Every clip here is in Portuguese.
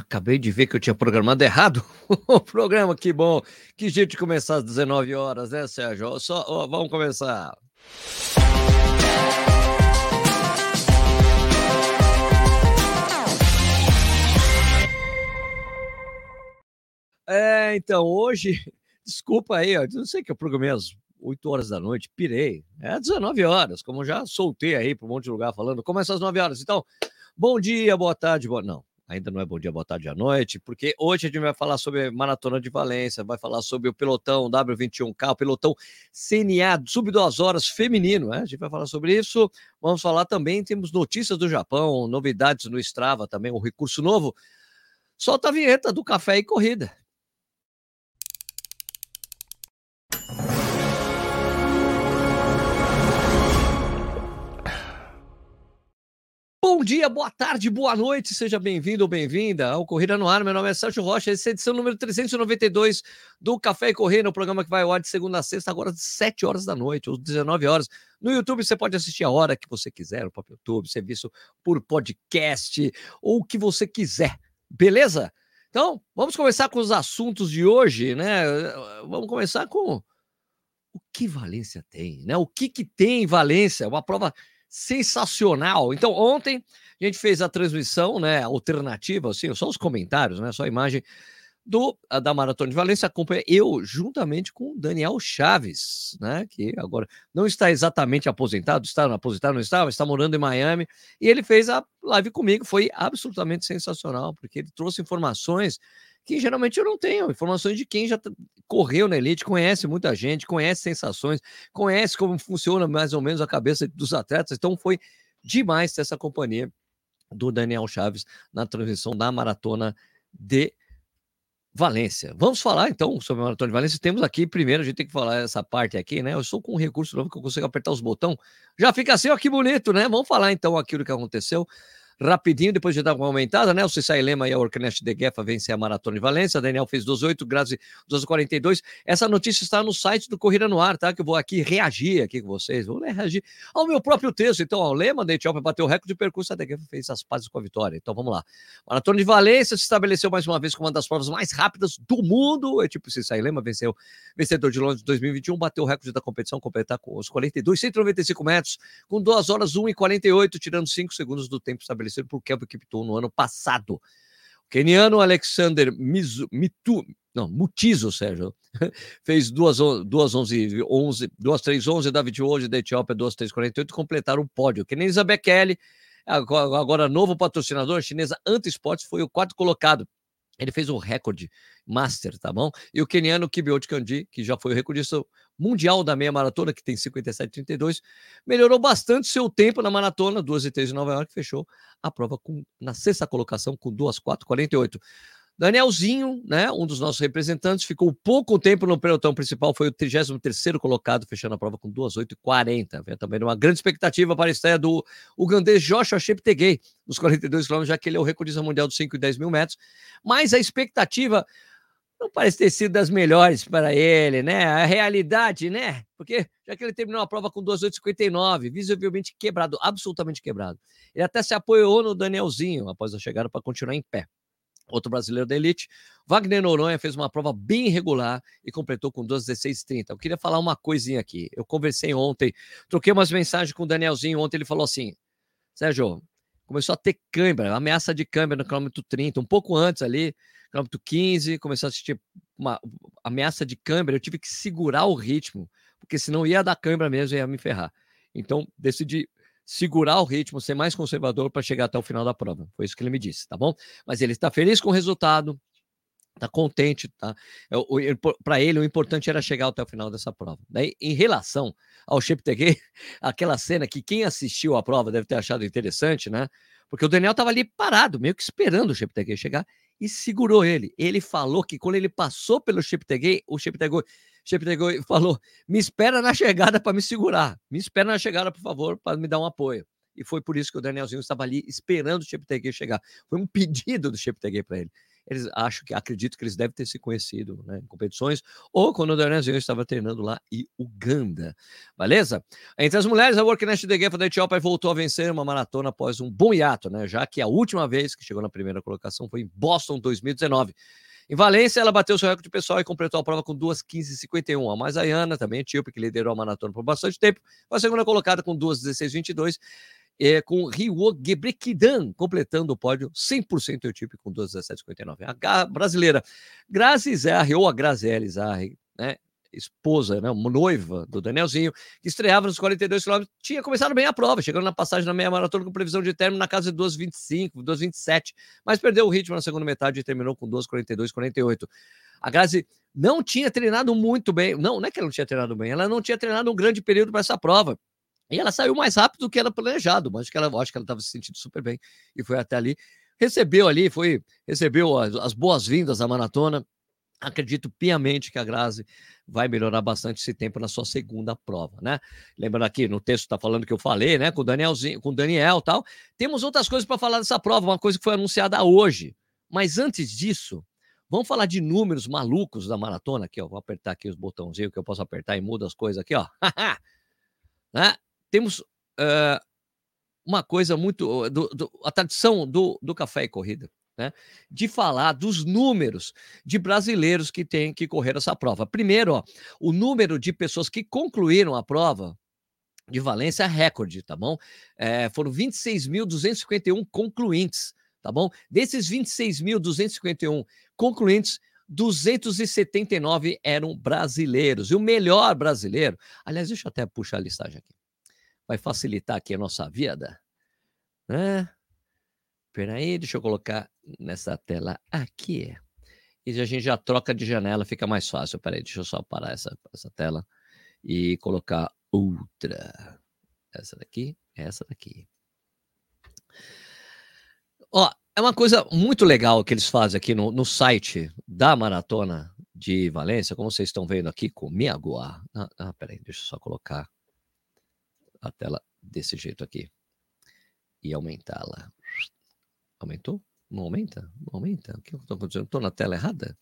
Acabei de ver que eu tinha programado errado o programa, que bom. Que jeito de começar às 19 horas, né, Sérgio? Vamos começar. Então, hoje, desculpa aí, ó, não sei que eu programei às 8 horas da noite, pirei. É 19 horas, como já soltei aí para um monte de lugar falando, começa às 9 horas. Então, bom dia, boa tarde, Não, ainda não é bom dia, boa tarde à noite, porque hoje a gente vai falar sobre a Maratona de Valência, vai falar sobre o pelotão W21K, o pelotão CNA sub 2 horas feminino, né? A gente vai falar sobre isso. Vamos falar também, temos notícias do Japão, novidades no Strava também, um recurso novo. Solta a vinheta do Café e Corrida. Bom dia, boa tarde, boa noite, seja bem-vindo ou bem-vinda ao Corrida no Ar. Meu nome é Sérgio Rocha, essa é a edição número 392 do Café e Corrida, o programa que vai ao ar de segunda a sexta, agora às 7 horas da noite, ou 19 horas. No YouTube você pode assistir a hora que você quiser, no próprio YouTube, serviço por podcast, ou o que você quiser, beleza? Então, vamos começar com os assuntos de hoje, né? Vamos começar com o que Valência tem, né? O que tem em Valência? Uma prova sensacional. Então, ontem a gente fez a transmissão, né, alternativa, assim, só os comentários, né, só a imagem da Maratona de Valência, acompanhei eu juntamente com o Daniel Chaves, né, que agora não está exatamente aposentado, não estava, está morando em Miami, e ele fez a live comigo, foi absolutamente sensacional, porque ele trouxe informações que geralmente eu não tenho, informações de quem já correu na elite, conhece muita gente, conhece sensações, conhece como funciona mais ou menos a cabeça dos atletas, então foi demais ter essa companhia do Daniel Chaves na transmissão da Maratona de Valência. Vamos falar então sobre a Maratona de Valência. Temos aqui, primeiro, a gente tem que falar essa parte aqui, né? Eu sou com um recurso novo que eu consigo apertar os botões. Já fica assim, ó, que bonito, né? Vamos falar então aquilo que aconteceu rapidinho, depois de dar uma aumentada, né? O Cissai Lema e a Orknecht de Guefa vencem a Maratona de Valência, Daniel fez 12:08, Grazi 12:42. Essa notícia está no site do Corrida no Ar, tá? Que eu vou aqui reagir aqui com vocês, vou reagir ao meu próprio texto. Então, o Lema da Etiópia bateu o recorde de percurso, a de Guefa fez as pazes com a vitória. Então, vamos lá. Maratona de Valência se estabeleceu mais uma vez como uma das provas mais rápidas do mundo. É tipo, Cissai Lema vencedor de Londres de 2021, bateu o recorde da competição, completar com os 42, 195 metros, com 2 horas 1:48, tirando 5 segundos do tempo estabelecido por Kelvin Kiptum no ano passado. O queniano Alexander Mutiso, Sérgio, fez 2:3:11, David Wode da Etiópia 2:3:48, completaram o pódio. Que nem Isabel Kelly, agora novo patrocinador, a chinesa Anti-Sports, foi o quarto colocado. Ele fez um recorde master, tá bom? E o queniano Kibiwott Kandi, que já foi o recordista mundial da meia maratona, que tem 57:32, melhorou bastante seu tempo na maratona, 2:03 em Nova York, fechou a prova na sexta colocação com 2:04:48. Danielzinho, né, um dos nossos representantes, ficou pouco tempo no pelotão principal, foi o 33º colocado, fechando a prova com 2:08:40. Também uma grande expectativa para a estreia do ugandês Joshua Cheptegei, nos 42 quilômetros, já que ele é o recordista mundial dos 5 e 10 mil metros. Mas a expectativa não parece ter sido das melhores para ele, né? A realidade, né? Porque já que ele terminou a prova com 2:08:59, visivelmente quebrado, absolutamente quebrado. Ele até se apoiou no Danielzinho após a chegada para continuar em pé. Outro brasileiro da elite, Wagner Noronha, fez uma prova bem irregular e completou com 2:16:30. Eu queria falar uma coisinha aqui. Eu conversei ontem, troquei umas mensagens com o Danielzinho ontem, ele falou assim, Sérgio, começou a ter câimbra, ameaça de câimbra no quilômetro 30, um pouco antes ali, quilômetro 15, começou a assistir uma ameaça de câimbra, eu tive que segurar o ritmo, porque senão ia dar câimbra mesmo e ia me ferrar. Então, decidi segurar o ritmo, ser mais conservador para chegar até o final da prova. Foi isso que ele me disse, tá bom? Mas ele está feliz com o resultado, tá contente, tá? Para ele, o importante era chegar até o final dessa prova. Daí, em relação ao Cheptegei, aquela cena que quem assistiu a prova deve ter achado interessante, né? Porque o Daniel estava ali parado, meio que esperando o Cheptegei chegar e segurou ele. Ele falou que quando ele passou pelo Cheptegei, o Cheptegei falou: me espera na chegada para me segurar. Me espera na chegada, por favor, para me dar um apoio. E foi por isso que o Danielzinho estava ali esperando o Cheptegei chegar. Foi um pedido do Cheptegei para ele. acredito que eles devem ter se conhecido, né, em competições, ou quando o Danielzinho estava treinando lá em Uganda. Beleza? Entre as mulheres, a Working The Game da Etiópia voltou a vencer uma maratona após um bom hiato, né? Já que a última vez que chegou na primeira colocação foi em Boston 2019. Em Valência, ela bateu seu recorde pessoal e completou a prova com 2:15:51. A Mazaiana, também etíope, que liderou a maratona por bastante tempo, foi a segunda colocada com 2:16:22, com Rio Gebrekidan completando o pódio 100% etíope com 2:17:59. A brasileira Grazi Zarri, ou a Graziele Zarri, né? Esposa, né, noiva do Danielzinho, que estreava nos 42 quilômetros, tinha começado bem a prova, chegando na passagem na meia maratona com previsão de término na casa de 2:25, 2:27, mas perdeu o ritmo na segunda metade e terminou com 2:42:48. A Grazi não tinha treinado muito bem, não é que ela não tinha treinado bem, ela não tinha treinado um grande período para essa prova. E ela saiu mais rápido do que era planejado, mas acho que ela estava se sentindo super bem e foi até ali. Recebeu as boas-vindas da maratona. Acredito piamente que a Grazi vai melhorar bastante esse tempo na sua segunda prova, né? Lembrando aqui, no texto está falando que eu falei, né, com o Daniel e tal. Temos outras coisas para falar dessa prova, uma coisa que foi anunciada hoje. Mas antes disso, vamos falar de números malucos da maratona aqui, ó. Vou apertar aqui os botãozinhos que eu posso apertar e muda as coisas aqui, ó. Né? Temos uma coisa muito... a tradição do Café e Corrida, né, de falar dos números de brasileiros que têm que correr essa prova. Primeiro, ó, o número de pessoas que concluíram a prova de Valência é recorde, tá bom? Foram 26.251 concluintes, tá bom? Desses 26.251 concluintes, 279 eram brasileiros. E o melhor brasileiro... Aliás, deixa eu até puxar a listagem aqui. Vai facilitar aqui a nossa vida, né? Peraí, deixa eu colocar nessa tela aqui. E a gente já troca de janela, fica mais fácil. Peraí, deixa eu só parar essa tela e colocar outra. Essa daqui. Ó, é uma coisa muito legal que eles fazem aqui no site da Maratona de Valência, como vocês estão vendo aqui comigo. Peraí, deixa eu só colocar a tela desse jeito aqui e aumentá-la. Aumentou? Não aumenta? Não aumenta? O que está acontecendo? Estou na tela errada?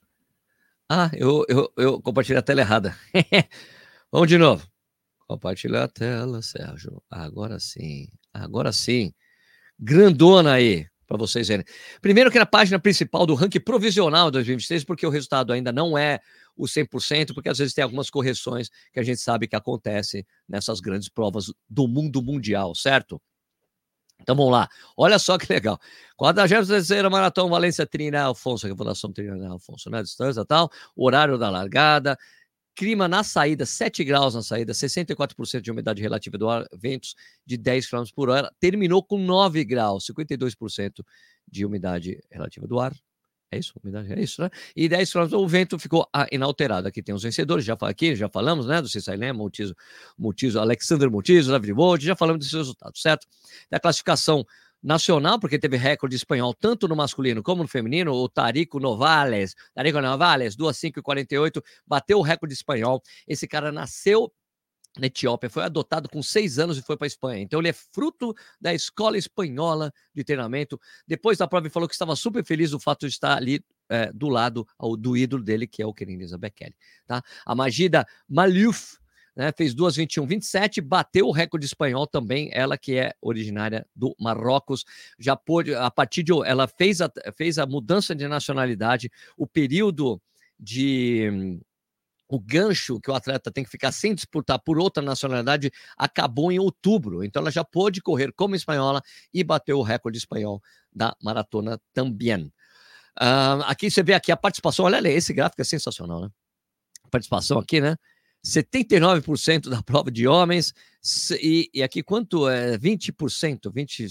Eu compartilhei a tela errada. Vamos de novo. Compartilhar a tela, Sérgio. Agora sim. Grandona aí, para vocês verem. Primeiro que na página principal do ranking provisional 2023, porque o resultado ainda não é o 100%, porque às vezes tem algumas correções que a gente sabe que acontecem nessas grandes provas do mundo mundial, certo? Então vamos lá, olha só que legal. 43ª Maratona Valência Trinidad Alfonso, que é a Fundação Trinidad Alfonso, né? Distância e tal, horário da largada, clima na saída, 7 graus na saída, 64% de umidade relativa do ar, ventos de 10 km por hora, terminou com 9 graus, 52% de umidade relativa do ar. É isso? Umidade, é isso, né? E 10 km, o vento ficou inalterado. Aqui tem os vencedores, já falamos, né? Do Cisailem, Multizo, Alexander Multizo, David Bolt, já falamos desses resultados, certo? Da classificação nacional, porque teve recorde espanhol tanto no masculino como no feminino, o Tarico Novales, 2:5:48, bateu o recorde espanhol. Esse cara nasceu na Etiópia, foi adotado com 6 anos e foi para a Espanha. Então ele é fruto da escola espanhola de treinamento. Depois da prova ele falou que estava super feliz do fato de estar ali do lado do ídolo dele, que é o Kenenisa Bekele. Tá? A Magida Maliouf, né, fez 2:21:27, bateu o recorde espanhol também, ela que é originária do Marrocos, já pôde, a partir de, ela fez a mudança de nacionalidade, o período de... O gancho que o atleta tem que ficar sem disputar por outra nacionalidade acabou em outubro. Então ela já pôde correr como espanhola e bateu o recorde espanhol da maratona também. Aqui você vê aqui a participação. Olha, esse gráfico é sensacional, né? A participação aqui, né? 79% da prova de homens. E aqui quanto é? 20%?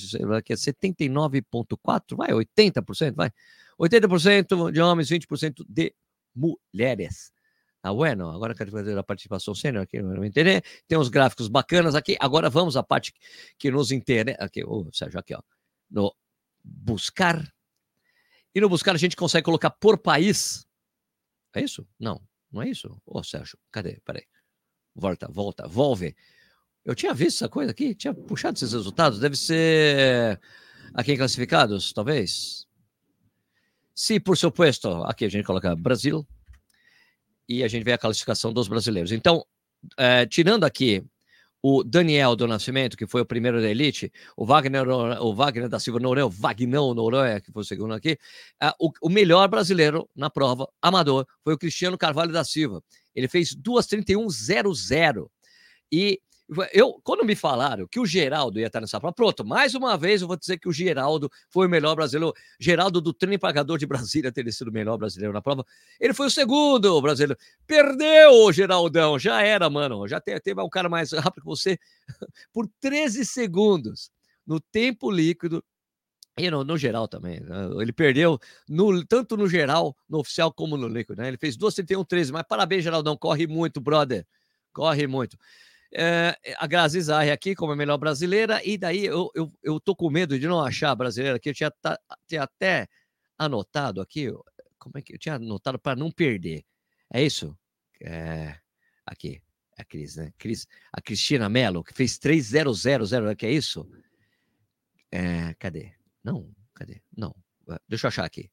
79,4%? Vai, 80%? Vai. 80% de homens, 20% de mulheres. Ah, bueno, agora quero fazer a participação sênior aqui, não vai entender. Tem uns gráficos bacanas aqui. Agora vamos à parte que nos interessa. Aqui, Sérgio, aqui, ó. No buscar. E no buscar a gente consegue colocar por país. É isso? Não é isso? Sérgio, cadê? Peraí. Volve. Eu tinha visto essa coisa aqui, tinha puxado esses resultados. Deve ser aqui em classificados, talvez. Se, por supuesto, aqui a gente coloca Brasil e a gente vê a classificação dos brasileiros. Então, tirando aqui o Daniel do Nascimento, que foi o primeiro da elite, o Wagner da Silva Noronha, o Vagnão Noronha, que foi o segundo aqui, o melhor brasileiro na prova amador foi o Cristiano Carvalho da Silva. Ele fez 2:31.00. E quando me falaram que o Geraldo ia estar nessa prova, pronto, mais uma vez eu vou dizer que o Geraldo foi o melhor brasileiro. Geraldo do Trem Pagador de Brasília teria sido o melhor brasileiro na prova. Ele foi o segundo brasileiro. Perdeu, Geraldão. Já era, mano. Já teve um cara mais rápido que você por 13 segundos no tempo líquido. E no geral também. Né? Ele perdeu tanto no geral, no oficial, como no líquido. Né? Ele fez 2:31.13. Mas parabéns, Geraldão. Corre muito, brother. Corre muito. A Grazi Zahri aqui como a melhor brasileira, e daí eu tô com medo de não achar a brasileira aqui. Eu tinha até anotado aqui, como é que eu tinha anotado para não perder? É isso? Aqui, a Cris, né? A Cristina Mello, que fez 3:0.00, que é isso? Cadê? Não, cadê? Não, deixa eu achar aqui.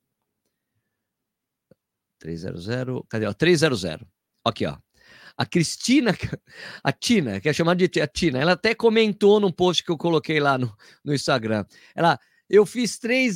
3:00, cadê? 3:00. Aqui, ó. A Cristina, a Tina, que é chamada de a Tina, ela até comentou num post que eu coloquei lá no Instagram. Eu fiz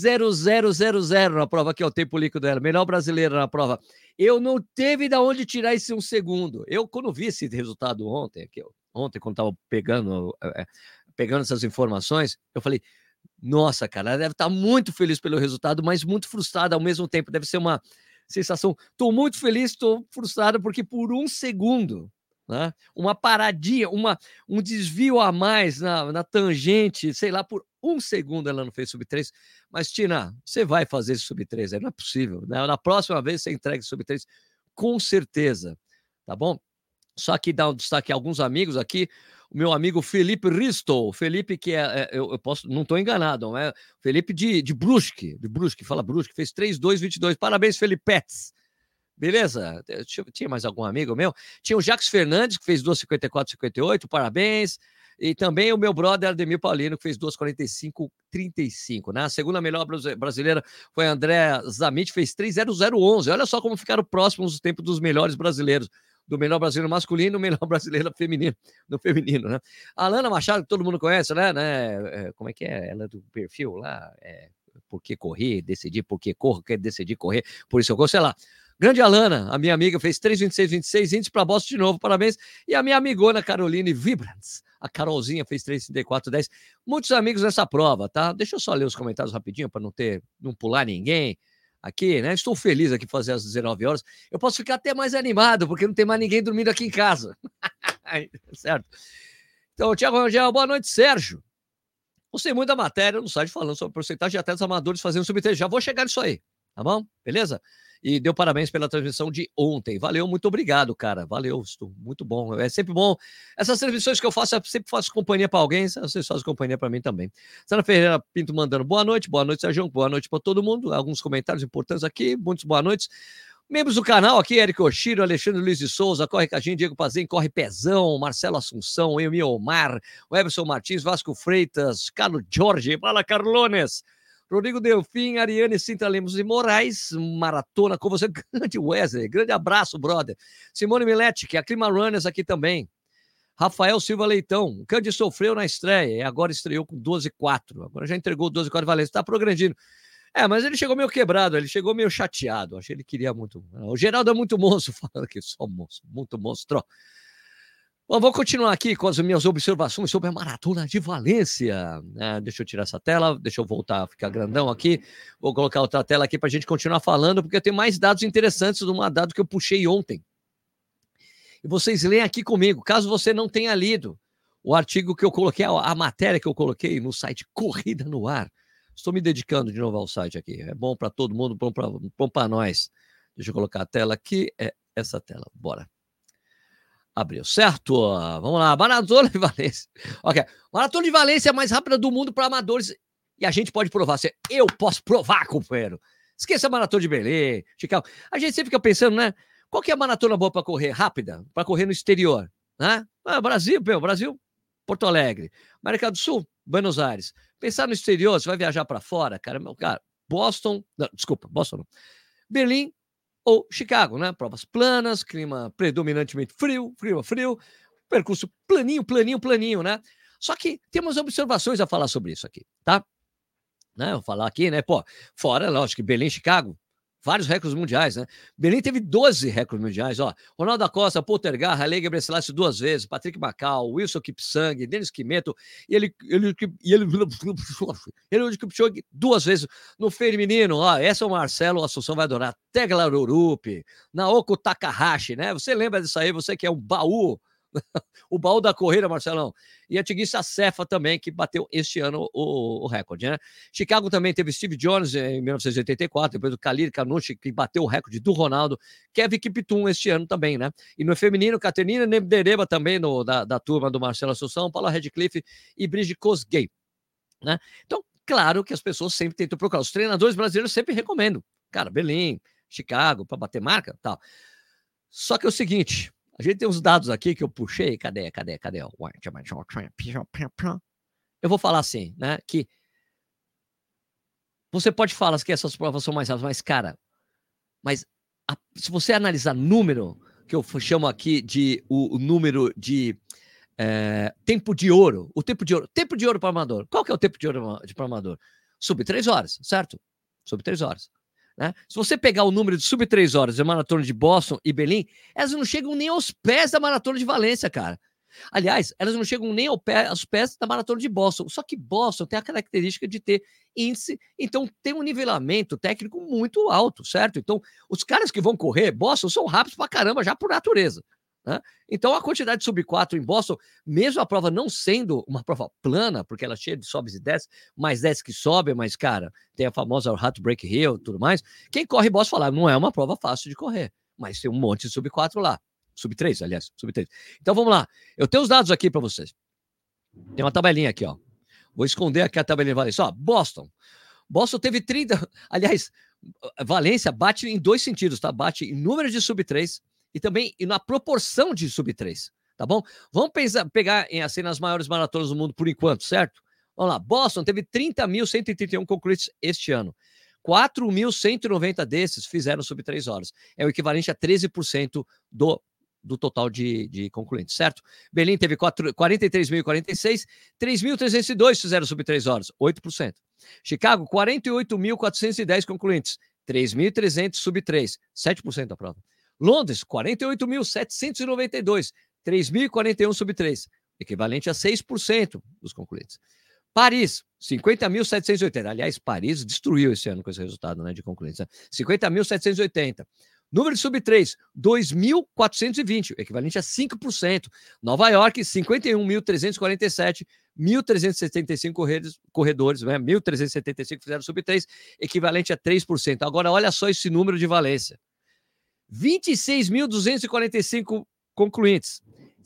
3:00.00 na prova, aqui é o tempo líquido dela, melhor brasileira na prova. Eu não teve de onde tirar esse um segundo. Eu, quando vi esse resultado ontem, quando estava pegando essas informações, eu falei, nossa, cara, ela deve estar muito feliz pelo resultado, mas muito frustrada ao mesmo tempo. Deve ser uma sensação. Estou muito feliz, estou frustrado, porque por um segundo, né, uma paradinha, um desvio a mais na tangente, sei lá, por um segundo ela não fez sub-3. Mas, Tina, você vai fazer esse sub-3, não é possível. Né? Na próxima vez você entrega esse sub-3, com certeza. Tá bom? Só que dá um destaque a alguns amigos aqui. O meu amigo Felipe Risto, Felipe que eu posso, não estou enganado, não é? Felipe de Brusque, fala Brusque, fez 3:2.22. Parabéns, Felipetes. Beleza? Tinha mais algum amigo meu? Tinha o Jacques Fernandes, que fez 2:54.58, parabéns. E também o meu brother Ademir Paulino, que fez 2:45.35, né? A segunda melhor brasileira foi a André Zamit, fez 3:00.11. Olha só como ficaram próximos os tempos dos melhores brasileiros. Do melhor brasileiro masculino, o melhor brasileiro feminino, no feminino, né? A Alana Machado, que todo mundo conhece, né? Como é que é? Ela é do perfil lá, por que correr, decidir por que corro, quer decidir correr, por isso eu corro, sei lá. Grande Alana, a minha amiga, fez 3:26.26, índice para Boston de novo, parabéns. E a minha amigona Caroline Vibrants, a Carolzinha, fez 3:34.10. Muitos amigos nessa prova, tá? Deixa eu só ler os comentários rapidinho para não pular ninguém aqui, né? Estou feliz aqui fazer às 19 horas. Eu posso ficar até mais animado, porque não tem mais ninguém dormindo aqui em casa. Certo? Então, Tiago Rangel, boa noite, Sérgio. Gostei muito da matéria no site falando sobre porcentagem de atletas amadores fazendo sub-3. Já vou chegar nisso aí, tá bom? Beleza? E deu parabéns pela transmissão de ontem. Valeu, muito obrigado, cara. Valeu, estou muito bom. É sempre bom. Essas transmissões que eu faço, eu sempre faço companhia para alguém. Vocês fazem companhia para mim também. Sara Ferreira Pinto mandando boa noite, Sérgio. Boa noite para todo mundo. Alguns comentários importantes aqui. Muitos boa noites. Membros do canal aqui, Eric Oshiro, Alexandre Luiz de Souza, Corre Cajinho, Diego Pazem, Corre Pezão, Marcelo Assunção, Emil Omar, Everson Martins, Vasco Freitas, Carlos Jorge, fala Carlones, Rodrigo Delfim, Ariane Sintra Lemos e Moraes, maratona com você, grande Wesley, grande abraço, brother. Simone Milete, que é a Clima Runners aqui também. Rafael Silva Leitão, o Cândido sofreu na estreia e agora estreou com 12:04. Agora já entregou 12:04 Valência, está progredindo. Mas ele chegou meio quebrado, ele chegou meio chateado. Acho que ele queria muito. O Geraldo é muito monstro, falando aqui, só monstro, muito monstro. Bom, vou continuar aqui com as minhas observações sobre a Maratona de Valência. Deixa eu tirar essa tela, deixa eu voltar a ficar grandão aqui. Vou colocar outra tela aqui para a gente continuar falando, porque tem mais dados interessantes de uma dado que eu puxei ontem. E vocês leem aqui comigo, caso você não tenha lido o artigo que eu coloquei, a matéria que eu coloquei no site Corrida no Ar. Estou me dedicando de novo ao site aqui. É bom para todo mundo, bom para nós. Deixa eu colocar a tela aqui. É essa tela. Bora. Abriu, certo? Vamos lá. Maratona de Valência. Ok. Maratona de Valência é a mais rápida do mundo para amadores. E a gente pode provar. Eu posso provar, companheiro. Esqueça a Maratona de Belém, Chicago. A gente sempre fica pensando, né? Qual que é a maratona boa para correr? Rápida? Para correr no exterior? Né? Brasil, Porto Alegre. América do Sul, Buenos Aires. Pensar no exterior, você vai viajar para fora, cara, Boston não. Berlim ou Chicago, né? Provas planas, clima predominantemente frio, percurso planinho, né? Só que tem umas observações a falar sobre isso aqui, tá? Né? Eu vou falar aqui, né? Pô, fora, lógico, que Berlim, Chicago, vários recordes mundiais, né? Berlim teve 12 recordes mundiais, ó. Ronaldo da Costa, Poltergar, Haile Gebrselassie 2 vezes, Patrick Macau, Wilson Kipsang, Denis Kimeto, e ele Kipchoge 2 vezes no feminino, ó. Essa é o Marcelo Assunção vai adorar. Tegla Urup, Naoko Takahashi, né? Você lembra disso aí? Você que é um baú o baú da corrida, Marcelão. E a Tigista Cefa também, que bateu este ano o recorde, né? Chicago também teve Steve Jones em 1984, depois do Khalid Kanushi, que bateu o recorde do Ronaldo, Kevin Kiptum este ano também, né? E no feminino, Caterina Nebdereba também, da turma do Marcelo Assunção, Paula Redcliffe e Brigitte Kosgei, né? Então, claro que as pessoas sempre tentam procurar. Os treinadores brasileiros sempre recomendam. Cara, Berlim, Chicago, para bater marca, tal. Só que é o seguinte, a gente tem uns dados aqui que eu puxei. Cadê? Eu vou falar assim, né? Que você pode falar que essas provas são mais rápidas, mas, cara, se você analisar número, que eu chamo aqui de o número de tempo de ouro, tempo de ouro para amador. Qual que é o tempo de ouro para amador? Sub 3 horas, certo? Sub 3 horas. Né? Se você pegar o número de sub 3 horas da maratona de Boston e Berlim, elas não chegam nem aos pés da maratona de Valência, cara. Aliás, elas não chegam nem aos pés da maratona de Boston. Só que Boston tem a característica de ter índice, então tem um nivelamento técnico muito alto, certo? Então, os caras que vão correr Boston são rápidos pra caramba já por natureza. Né? Então, a quantidade de sub 4 em Boston, mesmo a prova não sendo uma prova plana, porque ela é cheia de sobes e desce, mais desce que sobe, mas, cara, tem a famosa Heartbreak Hill e tudo mais. Quem corre Boston fala, não é uma prova fácil de correr, mas tem um monte de sub 4 lá. Sub 3, aliás, sub 3. Então, vamos lá. Eu tenho os dados aqui para vocês. Tem uma tabelinha aqui, ó. Vou esconder aqui a tabelinha de Valência. Ó, Boston. Boston teve 30... Aliás, Valência bate em dois sentidos, tá? Bate em número de sub 3 e também na proporção de sub 3, tá bom? Vamos pegar assim nas maiores maratonas do mundo por enquanto, certo? Vamos lá, Boston teve 30.131 concluídos este ano. 4.190 desses fizeram sub 3 horas. É o equivalente a 13% do total de concluintes, certo? Berlim teve 43.046, 3.302 fizeram sub 3 horas, 8%. Chicago, 48.410 concluintes, 3.300 sub 3, 7% da prova. Londres, 48.792, 3.041 sub 3, equivalente a 6% dos concluintes. Paris, 50.780. Aliás, Paris destruiu esse ano com esse resultado, né, de concluintes. Né? 50.780. Número de sub 3, 2.420, equivalente a 5%. Nova York, 51.347, 1.375 corredores, né? 1.375 fizeram sub 3, equivalente a 3%. Agora, olha só esse número de Valência. 26.245 concluintes.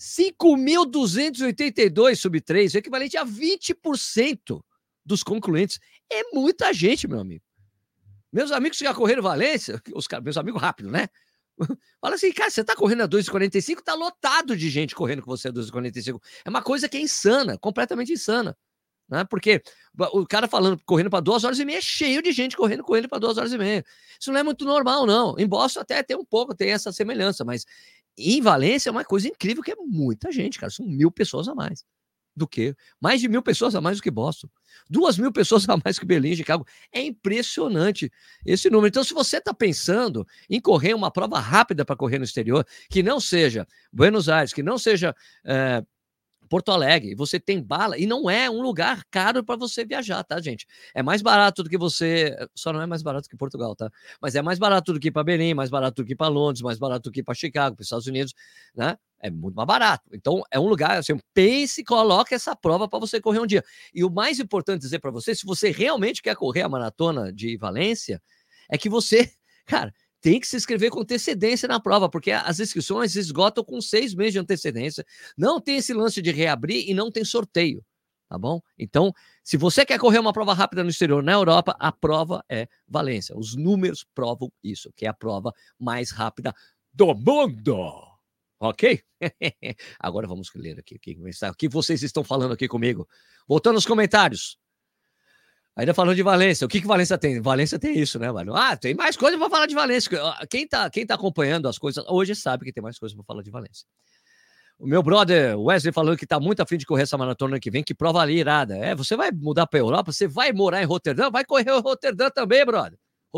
5.282 sub 3, equivalente a 20% dos concluintes. É muita gente, meu amigo. Meus amigos que já correram Valência, meus amigos rápido, né? Fala assim, cara, você tá correndo a 2,45, tá lotado de gente correndo com você a 2,45. É uma coisa que é insana, completamente insana. Né? Porque o cara correndo para 2 horas e meia, é cheio de gente correndo com ele para 2 horas e meia. Isso não é muito normal, não. Em Boston até tem um pouco, tem essa semelhança, mas em Valência é uma coisa incrível que é muita gente, cara. São 1.000 pessoas a mais do que. Mais de 1.000 pessoas a mais do que Boston. 2.000 pessoas a mais que Berlim, Chicago. É impressionante esse número. Então, se você está pensando em correr uma prova rápida para correr no exterior, que não seja Buenos Aires, que não seja Porto Alegre, você tem bala, e não é um lugar caro para você viajar, tá, gente? É mais barato do que você, só não é mais barato que Portugal, tá? Mas é mais barato do que para Berlim, mais barato do que para Londres, mais barato do que para Chicago, para os Estados Unidos, né? É muito mais barato. Então, é um lugar, assim, pense e coloque essa prova para você correr um dia. E o mais importante dizer para você, se você realmente quer correr a maratona de Valência, é que você, cara, tem que se inscrever com antecedência na prova, porque as inscrições esgotam com 6 meses de antecedência. Não tem esse lance de reabrir e não tem sorteio, tá bom? Então, se você quer correr uma prova rápida no exterior, na Europa, a prova é Valência. Os números provam isso, que é a prova mais rápida do mundo. Ok? Agora vamos ler aqui o que vocês estão falando aqui comigo. Voltando aos comentários. Ainda falando de Valência. O que Valência tem? Valência tem isso, né, mano? Ah, tem mais coisa pra falar de Valência. Quem tá acompanhando as coisas hoje sabe que tem mais coisa pra falar de Valência. O meu brother Wesley falando que tá muito afim de correr essa maratona ano que vem, que prova ali irada. Você vai mudar pra Europa? Você vai morar em Roterdã? Vai correr o Roterdã também, brother.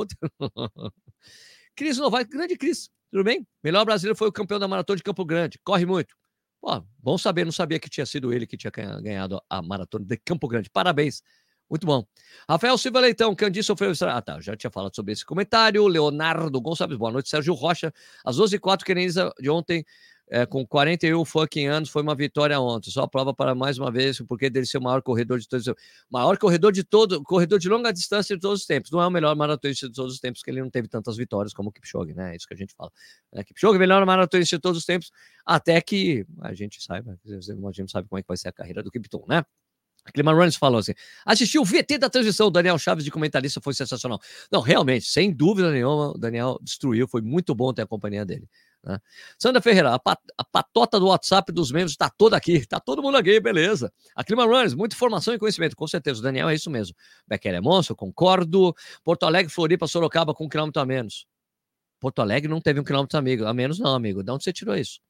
Cris Novaes, grande Cris, tudo bem? Melhor brasileiro foi o campeão da maratona de Campo Grande. Corre muito. Pô, bom saber, não sabia que tinha sido ele que tinha ganhado a maratona de Campo Grande. Parabéns. Muito bom. Rafael Silva Leitão, Candice sofreu... Ah, tá, já tinha falado sobre esse comentário. Leonardo Gonçalves, boa noite. Sérgio Rocha, às 12h04, Kenenisa de ontem, com 41 fucking anos, foi uma vitória ontem. Só prova para mais uma vez o porquê dele ser o maior corredor de todos. Maior corredor de longa distância de todos os tempos. Não é o melhor maratonista de todos os tempos, porque ele não teve tantas vitórias como o Kipchoge, né? É isso que a gente fala. Kipchoge, melhor maratonista de todos os tempos, até que a gente saiba, a gente sabe como é que vai ser a carreira do Kipton, né? Clima Runs falou assim: assistiu o VT da transmissão, o Daniel Chaves de comentarista foi sensacional. Não, realmente, sem dúvida nenhuma, o Daniel destruiu, foi muito bom ter a companhia dele. Né? Sandra Ferreira, a patota do WhatsApp dos membros está toda aqui, tá todo mundo aqui, beleza. A Clima Runs, muita informação e conhecimento, com certeza, o Daniel é isso mesmo. Becker é monstro, concordo. Porto Alegre, Floripa, Sorocaba com 1 quilômetro a menos. Porto Alegre não teve 1 quilômetro a menos, não, amigo. De onde você tirou isso?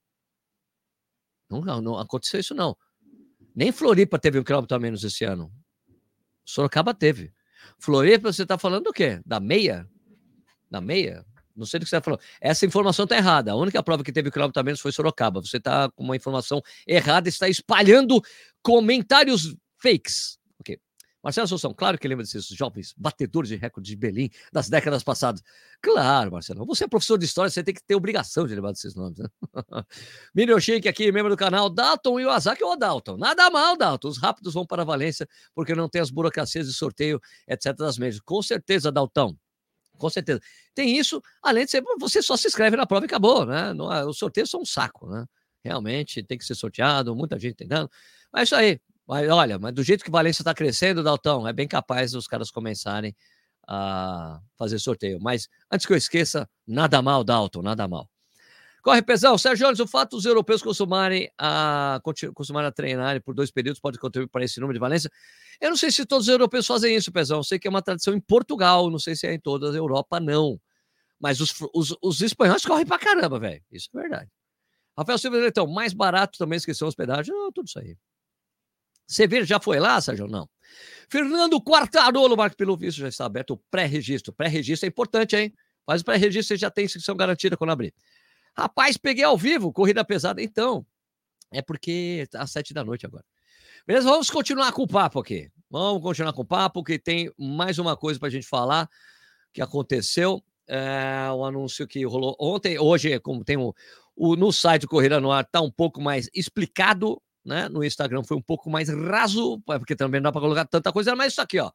Não aconteceu isso, não. Nem Floripa teve 1 quilômetro a menos esse ano. Sorocaba teve. Floripa, você está falando do quê? Da meia? Da meia? Não sei do que você está falando. Essa informação está errada. A única prova que teve 1 quilômetro a menos foi Sorocaba. Você está com uma informação errada e está espalhando comentários fakes. Ok. Marcelo Assunção, claro que lembra desses jovens batedores de recorde de Berlim das décadas passadas. Claro, Marcelo. Você é professor de história, você tem que ter obrigação de lembrar desses nomes, né? Miriam Chique aqui, membro do canal. Dalton e o Azaki ou Dalton? Nada mal, Dalton. Os rápidos vão para Valência porque não tem as burocracias de sorteio, etc. das mesas. Com certeza, Dalton. Com certeza. Tem isso, além de ser, você só se inscreve na prova e acabou, né? Os sorteios são um saco, né? Realmente tem que ser sorteado, muita gente tentando. Mas é isso aí. Mas olha, mas do jeito que Valência está crescendo, Dalton, é bem capaz dos caras começarem a fazer sorteio. Mas antes que eu esqueça, nada mal, Dalton, nada mal. Corre, Pezão. Sérgio Jones, o fato dos europeus costumarem a treinar por 2 períodos pode contribuir para esse número de Valência? Eu não sei se todos os europeus fazem isso, Pezão. Eu sei que é uma tradição em Portugal, não sei se é em toda a Europa, não. Mas os espanhóis correm pra caramba, velho. Isso é verdade. Rafael Silva, então, mais barato também, esqueceu a hospedagem. Tudo isso aí. Sevilha já foi lá, Sérgio? Não. Fernando Quartarolo, Marco, pelo visto, já está aberto o pré-registro. Pré-registro é importante, hein? Faz o pré-registro, você já tem inscrição garantida quando abrir. Rapaz, peguei ao vivo, corrida pesada. Então, é porque tá às 7 da noite agora. Beleza? Vamos continuar com o papo aqui. Vamos continuar com o papo, que tem mais uma coisa pra gente falar que aconteceu. O anúncio que rolou ontem. Hoje, como tem no site do Corrida no Ar, tá um pouco mais explicado, né? No Instagram foi um pouco mais raso, porque também não dá pra colocar tanta coisa, mas isso aqui, ó.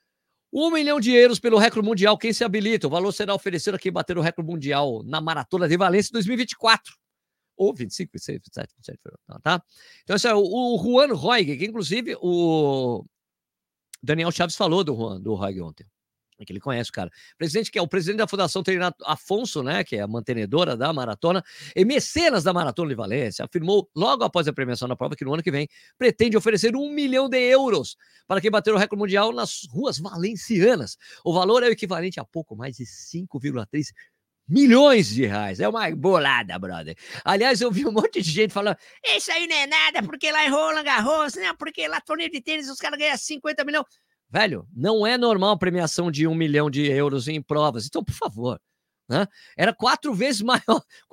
1 milhão de euros pelo recorde mundial, quem se habilita? O valor será oferecido a quem bater o recorde mundial na Maratona de Valência 2024. Ou 25, 26, 27, 27, tá? Então, esse é o Juan Roig, que inclusive o Daniel Chaves falou do Roig ontem. Que ele conhece o cara. Que é o presidente da Fundação Treinador Afonso, né, que é a mantenedora da maratona, e mecenas da Maratona de Valência, afirmou logo após a premiação da prova que no ano que vem pretende oferecer 1 milhão de euros para quem bater o recorde mundial nas ruas valencianas. O valor é o equivalente a pouco mais de 5,3 milhões de reais. É uma bolada, brother. Aliás, eu vi um monte de gente falando, isso aí não é nada, porque lá em Roland Garros, né, porque lá torneio de tênis os caras ganham 50 milhões. Velho, não é normal a premiação de 1 milhão de euros em provas. Então, por favor, né? Era 4 vezes mais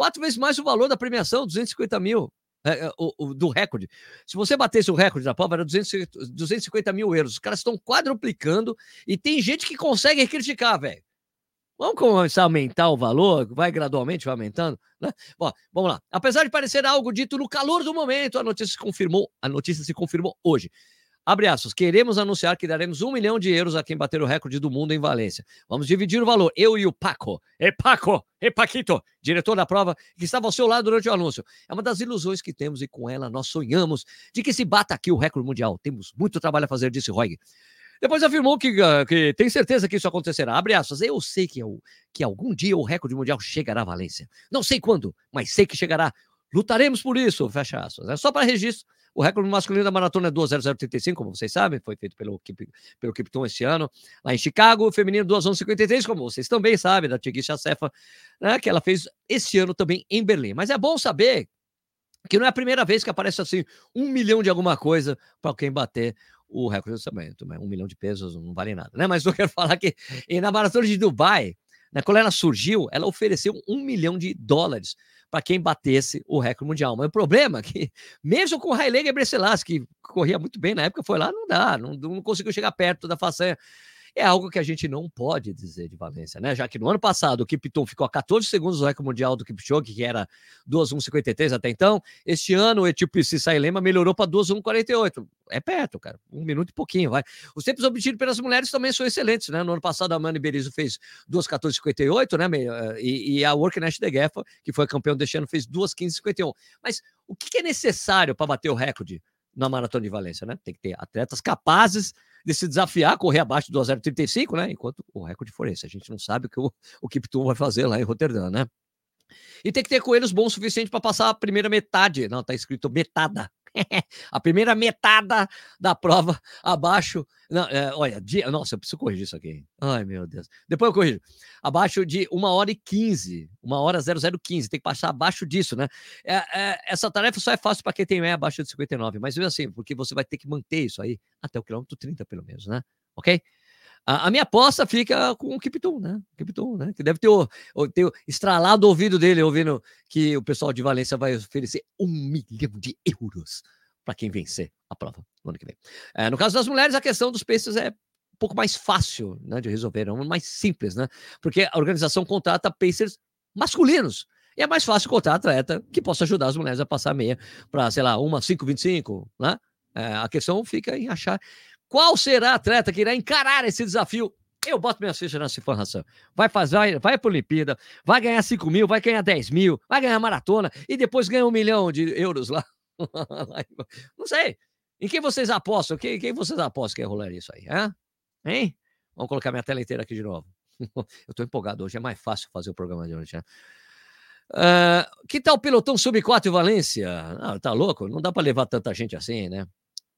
o valor da premiação, 250 mil, do recorde. Se você batesse o recorde da prova, era 250 mil euros. Os caras estão quadruplicando e tem gente que consegue criticar, velho. Vamos começar a aumentar o valor, vai gradualmente, vai aumentando, né? Bom, vamos lá. Apesar de parecer algo dito no calor do momento, a notícia se confirmou hoje. Abre aspas, queremos anunciar que daremos 1 milhão de euros a quem bater o recorde do mundo em Valência. Vamos dividir o valor, eu e o Paco. Paquito, diretor da prova, que estava ao seu lado durante o anúncio. É uma das ilusões que temos e com ela nós sonhamos de que se bata aqui o recorde mundial. Temos muito trabalho a fazer, disse Roig. Depois afirmou que tem certeza que isso acontecerá. Abre aspas, eu sei que algum dia o recorde mundial chegará a Valência. Não sei quando, mas sei que chegará. Lutaremos por isso, fecha aspas. É só para registro. O recorde masculino da maratona é 2:00:35, como vocês sabem, foi feito pelo Kipton esse ano, lá em Chicago. O feminino 2:11:53, como vocês também sabem, da Tigui Chassefa, né, que ela fez esse ano também em Berlim. Mas é bom saber que não é a primeira vez que aparece assim 1 milhão de alguma coisa para quem bater o recorde também. 1 milhão de pesos não vale nada, né? Mas eu quero falar que na maratona de Dubai, né, quando ela surgiu, ela ofereceu $1 milhão para quem batesse o recorde mundial. Mas o problema é que, mesmo com o Haile Gebrselassie, que corria muito bem na época, foi lá, não dá, não conseguiu chegar perto da façanha. É algo que a gente não pode dizer de Valência, né? Já que no ano passado o Kipton ficou a 14 segundos do recorde mundial do Kipchoge, que era 2:1:53 até então. Este ano o etíope Sailema melhorou para 2:1:48. É perto, cara. 1 minuto e pouquinho, vai. Os tempos obtidos pelas mulheres também são excelentes, né? No ano passado a Mani Berizzo fez 2:14:58, né? E a Worknecht de Guerra, que foi campeão deste ano, fez 2:15:51. Mas o que é necessário para bater o recorde na Maratona de Valência, né? Tem que ter atletas capazes de se desafiar, correr abaixo de 2:0:35, né? Enquanto o recorde for esse. A gente não sabe o que o Kiptum vai fazer lá em Roterdã, né? E tem que ter coelhos bons o suficiente para passar a primeira metade. Não, tá escrito metada. A primeira metada da prova abaixo. Não, olha, nossa, eu preciso corrigir isso aqui. Ai, meu Deus. Depois eu corrijo. Abaixo de 1h15. 1h00:15. Tem que passar abaixo disso, né? Essa tarefa só é fácil para quem tem meia abaixo de 59. Mas mesmo assim, porque você vai ter que manter isso aí até o quilômetro 30, pelo menos, né? Ok? A minha aposta fica com o Kiptum, né? Que deve ter estralado o ouvido dele, ouvindo que o pessoal de Valência vai oferecer €1 milhão para quem vencer a prova no ano que vem. No caso das mulheres, a questão dos paces é um pouco mais fácil, né, de resolver, é mais simples, né? Porque a organização contrata pacers masculinos. E é mais fácil contratar atleta que possa ajudar as mulheres a passar a meia para, sei lá, 1:05:25, né? A questão fica em achar qual será a atleta que irá encarar esse desafio. Eu boto minhas fichas nessa informação. Vai para a Olimpíada, vai ganhar 5 mil, vai ganhar 10 mil, vai ganhar maratona e depois ganha €1 milhão lá. Não sei. Em quem vocês apostam? Quem vocês apostam que ia rolar isso aí? Hein? Vamos colocar minha tela inteira aqui de novo. Eu tô empolgado hoje, é mais fácil fazer o programa de hoje, né? Que tal o pelotão sub-4 em Valência? Tá louco? Não dá para levar tanta gente assim, né?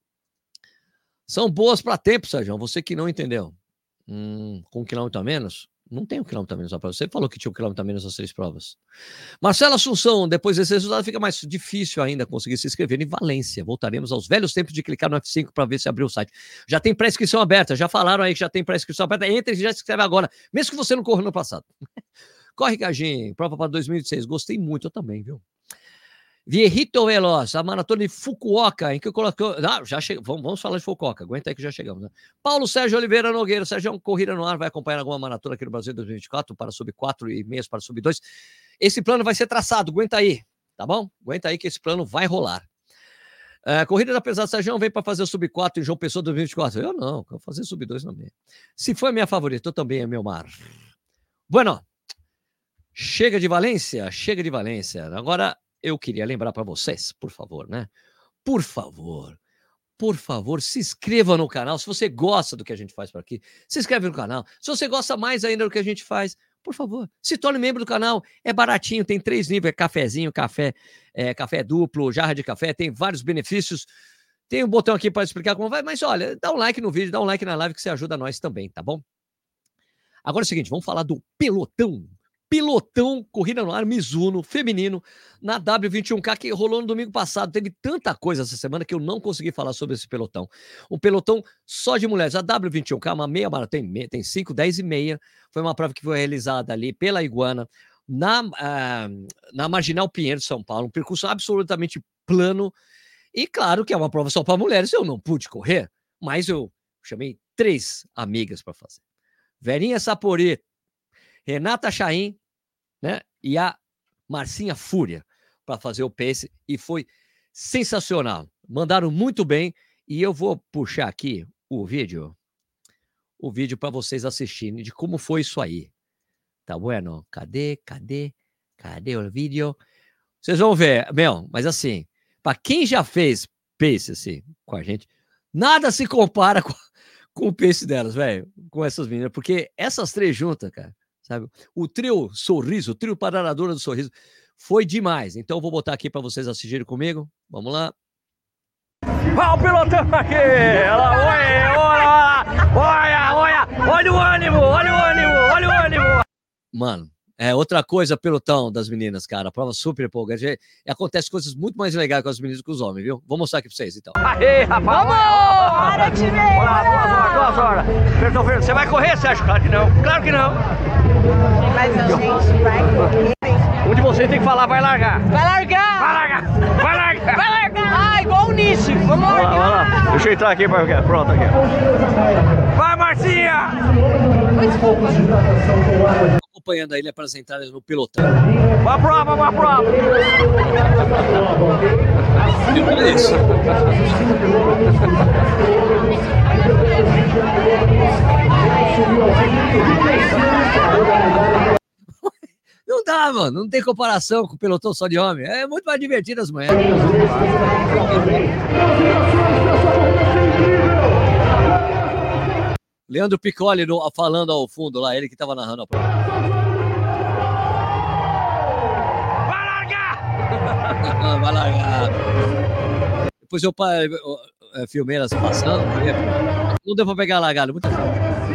São boas para tempo, Sérgio. Você que não entendeu. Com 1 quilômetro a menos? Não tem 1 quilômetro a menos na prova. Você falou que tinha 1 quilômetro a menos nas 3 provas. Marcelo Assunção, depois desse resultado fica mais difícil ainda conseguir se inscrever em Valência. Voltaremos aos velhos tempos de clicar no F5 para ver se abriu o site. Já tem pré-inscrição aberta. Já falaram aí que já tem pré-inscrição aberta. Entre e já se inscreve agora. Mesmo que você não corra no passado. Corre, Gajinho. Prova para 2006. Gostei muito, eu também, viu? Vierrito Veloz, a maratona de Fukuoka, em que colocou. Já chegamos. Vamos falar de Fukuoka, aguenta aí que já chegamos, né? Paulo Sérgio Oliveira Nogueira, Sérgio, corrida no ar, vai acompanhar alguma maratona aqui no Brasil em 2024, para sub 4 e meias para sub 2. Esse plano vai ser traçado, aguenta aí, tá bom? Aguenta aí que esse plano vai rolar. Corrida da pesada, Sérgio vem para fazer o sub 4 em João Pessoa 2024. Eu não, eu vou fazer sub 2 na meia. Se foi a minha favorita, eu também é meu mar. Bueno, chega de Valência. Agora eu queria lembrar para vocês, por favor, né? Por favor, se inscreva no canal. Se você gosta do que a gente faz por aqui, se inscreve no canal. Se você gosta mais ainda do que a gente faz, por favor, se torne membro do canal. É baratinho, tem 3 níveis, cafezinho, café duplo, jarra de café, tem vários benefícios. Tem um botão aqui para explicar como vai, mas olha, dá um like no vídeo, dá um like na live que você ajuda nós também, tá bom? Agora é o seguinte, vamos falar do pelotão. Corrida no ar, Mizuno, feminino, na W21K, que rolou no domingo passado. Teve tanta coisa essa semana que eu não consegui falar sobre esse pelotão. Um pelotão só de mulheres. A W21K, uma meia maratona, tem 5, 10 e meia. Foi uma prova que foi realizada ali pela Iguana, na Marginal Pinheiro de São Paulo. Um percurso absolutamente plano. E claro que é uma prova só para mulheres. Eu não pude correr, mas eu chamei 3 amigas para fazer. Verinha Sapori, Renata Chaim, né? E a Marcinha Fúria para fazer o pace e foi sensacional. Mandaram muito bem e eu vou puxar aqui o vídeo para vocês assistirem de como foi isso aí. Tá bueno? Cadê o vídeo? Vocês vão ver, mas assim, para quem já fez pace assim com a gente, nada se compara com o pace delas, velho, com essas meninas, porque essas 3 juntas, cara, sabe? O trio Sorriso, o trio Pararadora do Sorriso, foi demais. Então eu vou botar aqui para vocês assistirem comigo. Vamos lá. Olha o pilotão aqui! Olha o ânimo! Mano, outra coisa, pelotão das meninas, cara. A prova super empolgante. Acontece coisas muito mais legais com as meninas que com os homens, viu? Vou mostrar aqui pra vocês, então. Aê, rapaz! Vamos! Para, time! Olá, 2 horas. Perdão, você vai correr, Sérgio? Claro que não. Claro que não. Mas a gente vai correr. Um de vocês tem que falar, vai largar. Vai largar! Vai largar! Vai largar! Vai largar! Ah, igual o Nishi. Vamos largar! Vai lá. Deixa eu entrar aqui. Pronto, aqui. Vai, Marcinha! Acompanhando aí ele apresentar no pelotão. Uma prova! Olha isso. Não dá, mano. Não tem comparação com o pelotão só de homem. É muito mais divertido as mulheres. Leandro Piccoli falando ao fundo lá, ele que tava narrando a prova. Vai largar! Vai largar! Depois eu filmei elas passando. Não deu pra pegar a largada, muito bom.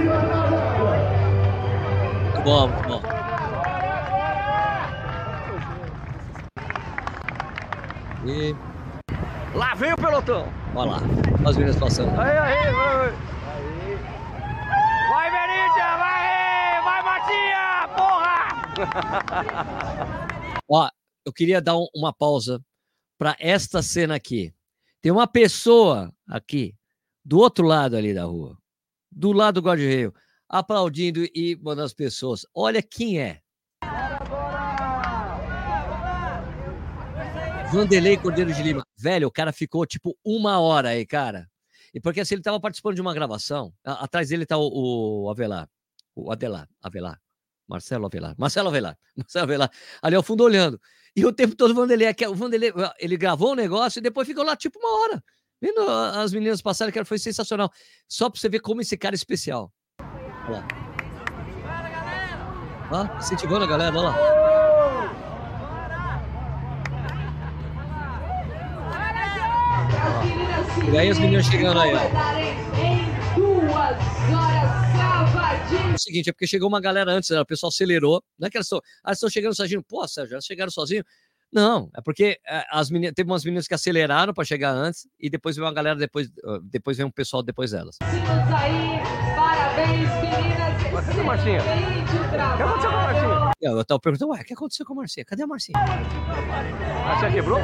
Muito bom. E... lá vem o pelotão. Olha lá, as meninas passando. Aí. Vai, Benítez, vai, Matinha, porra! Ó, eu queria dar uma pausa para esta cena aqui. Tem uma pessoa aqui, do outro lado ali da rua, do lado do guarda-reio, aplaudindo e mandando as pessoas. Olha quem é. Vanderlei Cordeiro de Lima. Velho, o cara ficou tipo 1 hora aí, cara. E porque assim, ele tava participando de uma gravação. Atrás dele tá o Avelar. Avelar. Marcelo Avelar. Ali ao fundo olhando. E o tempo todo o Vanderlei, ele gravou um negócio e depois ficou lá tipo 1 hora. Vendo as meninas passarem, que foi sensacional. Só pra você ver como esse cara é especial. Olha lá. Ó, incentivando a galera, olha lá. E aí as meninas chegando aí, ó. É o seguinte, é porque chegou uma galera antes, o pessoal acelerou. Não é que elas estão chegando sozinhas. Pô, Sérgio, elas chegaram sozinhas? Não, é porque teve umas meninas que aceleraram para chegar antes e depois veio uma galera depois veio um pessoal depois delas. Parabéns, meninas. Cadê a Marcinha? O que aconteceu com a Marcinha? Eu tava perguntando, o que aconteceu com a Marcinha? Cadê a Marcinha? A Marcinha quebrou?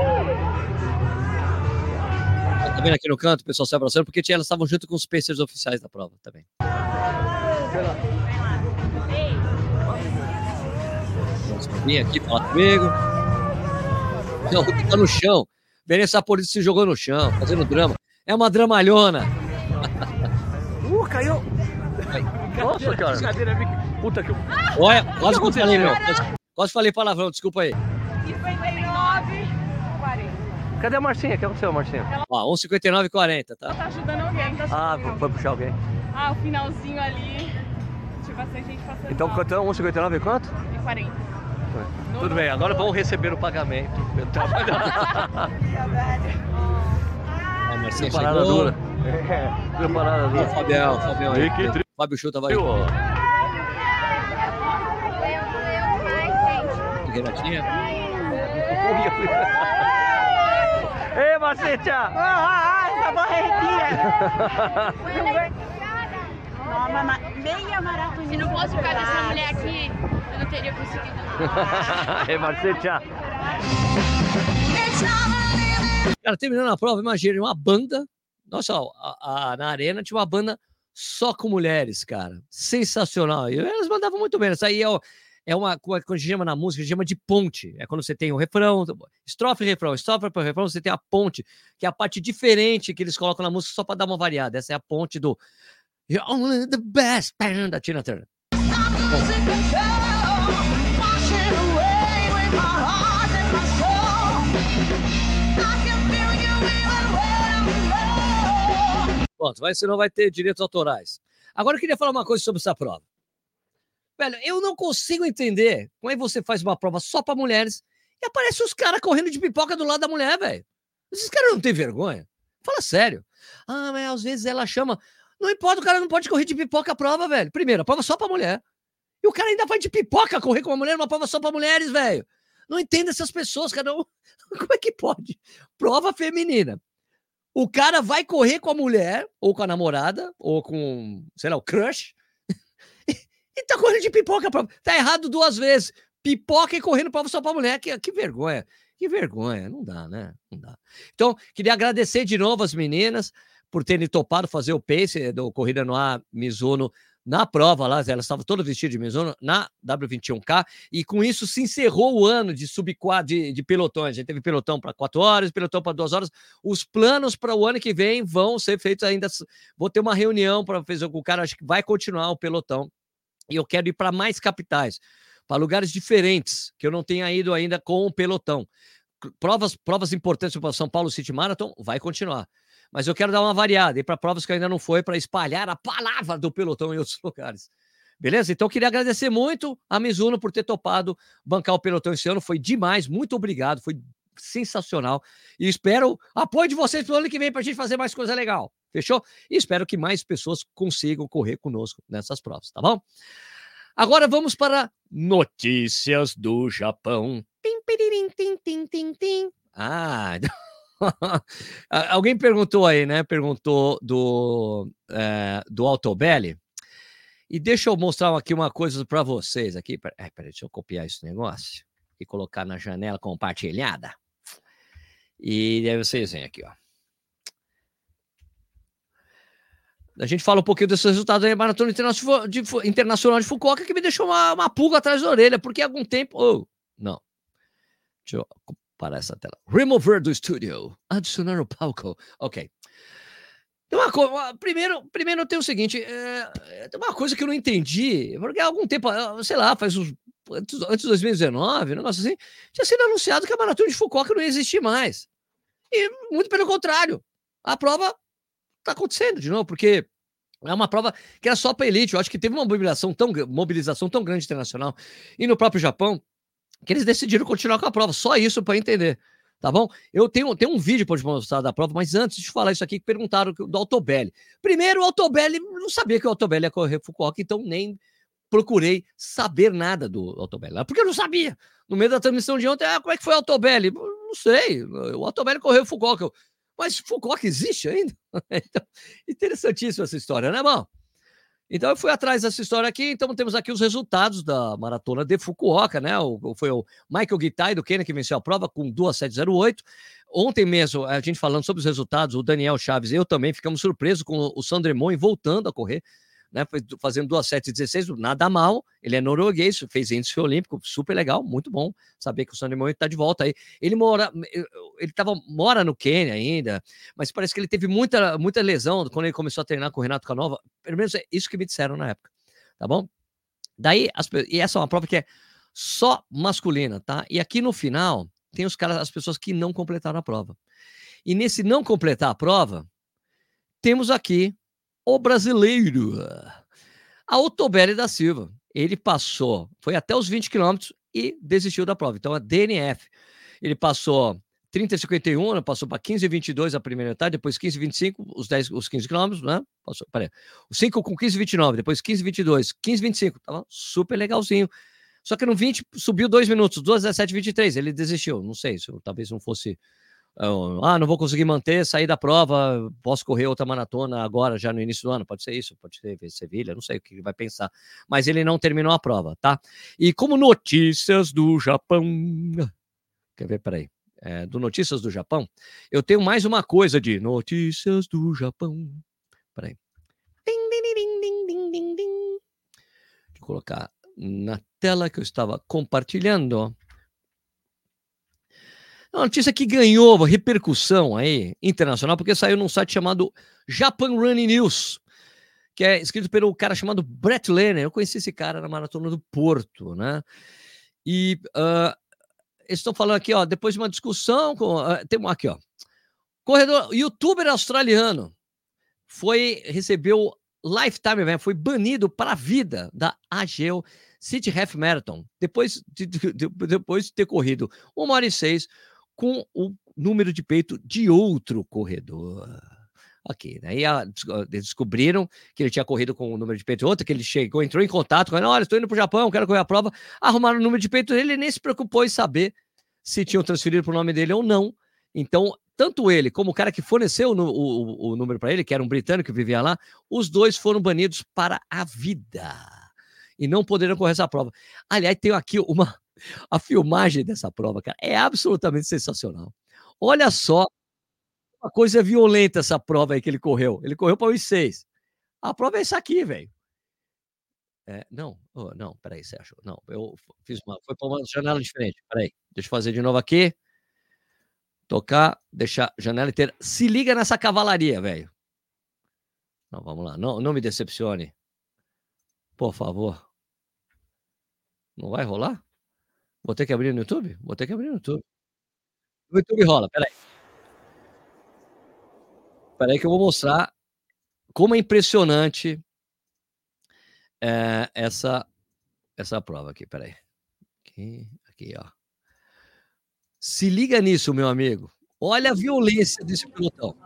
Tá vendo aqui no canto, o pessoal se abraçando, porque elas estavam junto com os pacers oficiais da prova também. Vem aqui falar comigo. Não, o Hulk tá no chão. Vanessa Saporito se jogou no chão, fazendo drama. É uma dramalhona. Caiu. Nossa, cara. Puta que... Olha, quase que eu falei, meu. Quase falei palavrão, desculpa aí. 59, 40. Cadê a Marcinha? O que aconteceu, Marcinha? Ó, 1,59,40, tá? Ela tá ajudando alguém. Foi puxar alguém. O finalzinho ali. Tinha bastante gente passando. Então, quanto é 1,59 e quanto? E 40. Tudo bem, agora vamos receber o pagamento. A Marcinha parada chegou. dura. Parada dura. Fabião aí. Fábio Chu tava aí. Renatinha. Ei, Marcinha! Essa barreguinha! Meia maratona. Se não fosse por causa dessa mulher aqui, eu não teria conseguido. Ei, Marcinha! Cara, terminando a prova, imagina, uma banda. Nossa, na arena tinha uma banda só com mulheres, cara. Sensacional. E elas mandavam muito bem. Isso aí quando a gente chama na música, a gente chama de ponte. É quando você tem o refrão, estrofe e refrão, você tem a ponte, que é a parte diferente que eles colocam na música só pra dar uma variada. Essa é a ponte do You're Only the Best, da Tina Turner. Pronto, você não vai ter direitos autorais. Agora eu queria falar uma coisa sobre essa prova. Velho, eu não consigo entender como é que você faz uma prova só pra mulheres e aparece os caras correndo de pipoca do lado da mulher, velho. Esses caras não têm vergonha. Fala sério. Ah, mas às vezes ela chama... Não importa, o cara não pode correr de pipoca a prova, velho. Primeiro, a prova só pra mulher. E o cara ainda vai de pipoca correr com uma mulher, uma prova só pra mulheres, velho. Não entendo essas pessoas, cada um... Como é que pode? Prova feminina. O cara vai correr com a mulher, ou com a namorada, ou com, sei lá, o crush, e tá correndo de pipoca. Tá errado 2 vezes. Pipoca e correndo prova só pra mulher. Que vergonha. Que vergonha. Não dá, né? Não dá. Então, queria agradecer de novo as meninas por terem topado fazer o pace do Corrida no Ar Mizuno na prova lá. Elas estavam todas vestidas de Mizuno na W21K. E com isso se encerrou o ano de de pelotões. A gente teve pelotão para 4 horas, pelotão para 2 horas. Os planos para o ano que vem vão ser feitos ainda. Vou ter uma reunião para fazer com o cara. Acho que vai continuar o pelotão. E eu quero ir para mais capitais, para lugares diferentes, que eu não tenha ido ainda com o pelotão. Provas importantes para São Paulo City Marathon, vai continuar. Mas eu quero dar uma variada, ir para provas que ainda não foi, para espalhar a palavra do pelotão em outros lugares. Beleza? Então, eu queria agradecer muito a Mizuno por ter topado bancar o pelotão esse ano. Foi demais, muito obrigado, foi sensacional. E espero apoio de vocês pro ano que vem para a gente fazer mais coisa legal. Fechou? E espero que mais pessoas consigam correr conosco nessas provas, tá bom? Agora vamos para notícias do Japão. Ah, alguém perguntou aí, né? Perguntou do Altobelli. E deixa eu mostrar aqui uma coisa para vocês aqui. Peraí, deixa eu copiar esse negócio e colocar na janela compartilhada. E aí vocês vêm aqui, ó. A gente fala um pouquinho desses resultados da Maratona Internacional de Fukuoka, que me deixou uma pulga atrás da orelha, porque há algum tempo... Oh, não. Deixa eu parar essa tela. Remover do estúdio. Adicionar o palco. Ok. Primeiro tem o seguinte, tem uma coisa que eu não entendi, porque há algum tempo, sei lá, faz uns... Antes de 2019, um negócio assim, tinha sido anunciado que a Maratona de Fukuoka não ia existir mais. E muito pelo contrário. A prova tá acontecendo de novo, porque é uma prova que era só para elite. Eu acho que teve uma mobilização tão grande internacional e no próprio Japão que eles decidiram continuar com a prova. Só isso para entender, tá bom? Eu tenho um vídeo para te mostrar da prova, mas antes de falar isso aqui, perguntaram do Altobelli. Primeiro, o Altobelli, não sabia que o Altobelli ia correr Fukuoka, então nem procurei saber nada do Altobelli, porque eu não sabia. No meio da transmissão de ontem, como é que foi o Altobelli? Não sei, o Altobelli correu Fukuoka. Mas Fukuoka existe ainda? Então, interessantíssima essa história, né, bom? Então eu fui atrás dessa história aqui, então temos aqui os resultados da maratona de Fukuoka, né? Foi o Michael Gitai do Quênia que venceu a prova com 2:07:08. Ontem mesmo, a gente falando sobre os resultados, o Daniel Chaves e eu também ficamos surpresos com o Sandremon voltando a correr, né? Fazendo 2:07:16, nada mal. Ele é norueguês, fez índice olímpico, super legal, muito bom saber que o Sandremon está de volta aí. Ele mora no Quênia ainda, mas parece que ele teve muita lesão quando ele começou a treinar com o Renato Canova. Pelo menos é isso que me disseram na época, tá bom? Daí, e essa é uma prova que é só masculina, tá? E aqui no final tem as pessoas que não completaram a prova. E nesse não completar a prova, temos aqui o brasileiro, a Altobelli da Silva. Ele foi até os 20 quilômetros e desistiu da prova. Então, a DNF. Ele passou 30:51, passou para 15:22 a primeira metade, depois 15:25, os 15 quilômetros, né? Passou, os 5 com 15:29, depois 15:22, 15:25. Tava super legalzinho. Só que no 20 subiu 2 minutos, 2:17:23. Ele desistiu. Não sei, talvez não fosse... não vou conseguir manter, sair da prova, posso correr outra maratona agora, já no início do ano, pode ser isso, pode ser Sevilha, não sei o que ele vai pensar, mas ele não terminou a prova, tá? E como notícias do Japão, quer ver, peraí, do Notícias do Japão, eu tenho mais uma coisa de Notícias do Japão, peraí, deixa eu colocar na tela que eu estava compartilhando. É uma notícia que ganhou repercussão aí, internacional, porque saiu num site chamado Japan Running News, que é escrito pelo cara chamado Brett Lehner. Eu conheci esse cara na Maratona do Porto, né? E eles estão falando aqui, ó, depois de uma discussão com... tem aqui, ó. Youtuber australiano recebeu Lifetime Event, foi banido para a vida da AGEO City Half Marathon, depois de ter corrido 1h06, com o número de peito de outro corredor. Ok, daí descobriram que ele tinha corrido com o número de peito de outro, que ele chegou, entrou em contato com ele, olha, estou indo para o Japão, quero correr a prova, arrumaram o número de peito dele e nem se preocupou em saber se tinham transferido para o nome dele ou não. Então, tanto ele como o cara que forneceu o número para ele, que era um britânico que vivia lá, os dois foram banidos para a vida e não poderiam correr essa prova. Aliás, tem aqui a filmagem dessa prova, cara, é absolutamente sensacional. Olha só, uma coisa violenta essa prova aí que ele correu. Ele correu para os 6. A prova é essa aqui, velho. Não, peraí, Sérgio. Não, eu fiz foi para uma janela diferente. Peraí, deixa eu fazer de novo aqui. Tocar, deixar janela inteira. Se liga nessa cavalaria, velho. Não, vamos lá. Não me decepcione. Por favor. Não vai rolar? Vou ter que abrir no YouTube? Vou ter que abrir no YouTube. No YouTube rola, peraí. Peraí que eu vou mostrar como é impressionante essa prova aqui, peraí. Aqui, ó. Se liga nisso, meu amigo. Olha a violência desse pelotão.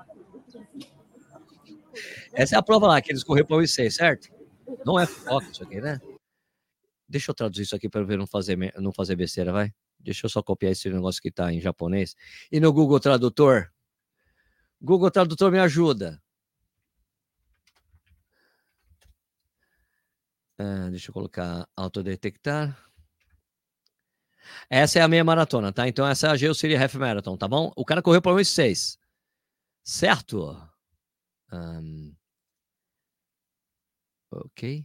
Essa é a prova lá, que eles correram para o I6, certo? Não é foco isso aqui, né? Deixa eu traduzir isso aqui para ver não fazer besteira, vai? Deixa eu só copiar esse negócio que tá em japonês. E no Google Tradutor? Google Tradutor me ajuda. Deixa eu colocar autodetectar. Essa é a meia maratona, tá? Então essa é a Geocity Half Marathon, tá bom? O cara correu para 1,6. Certo? Ok.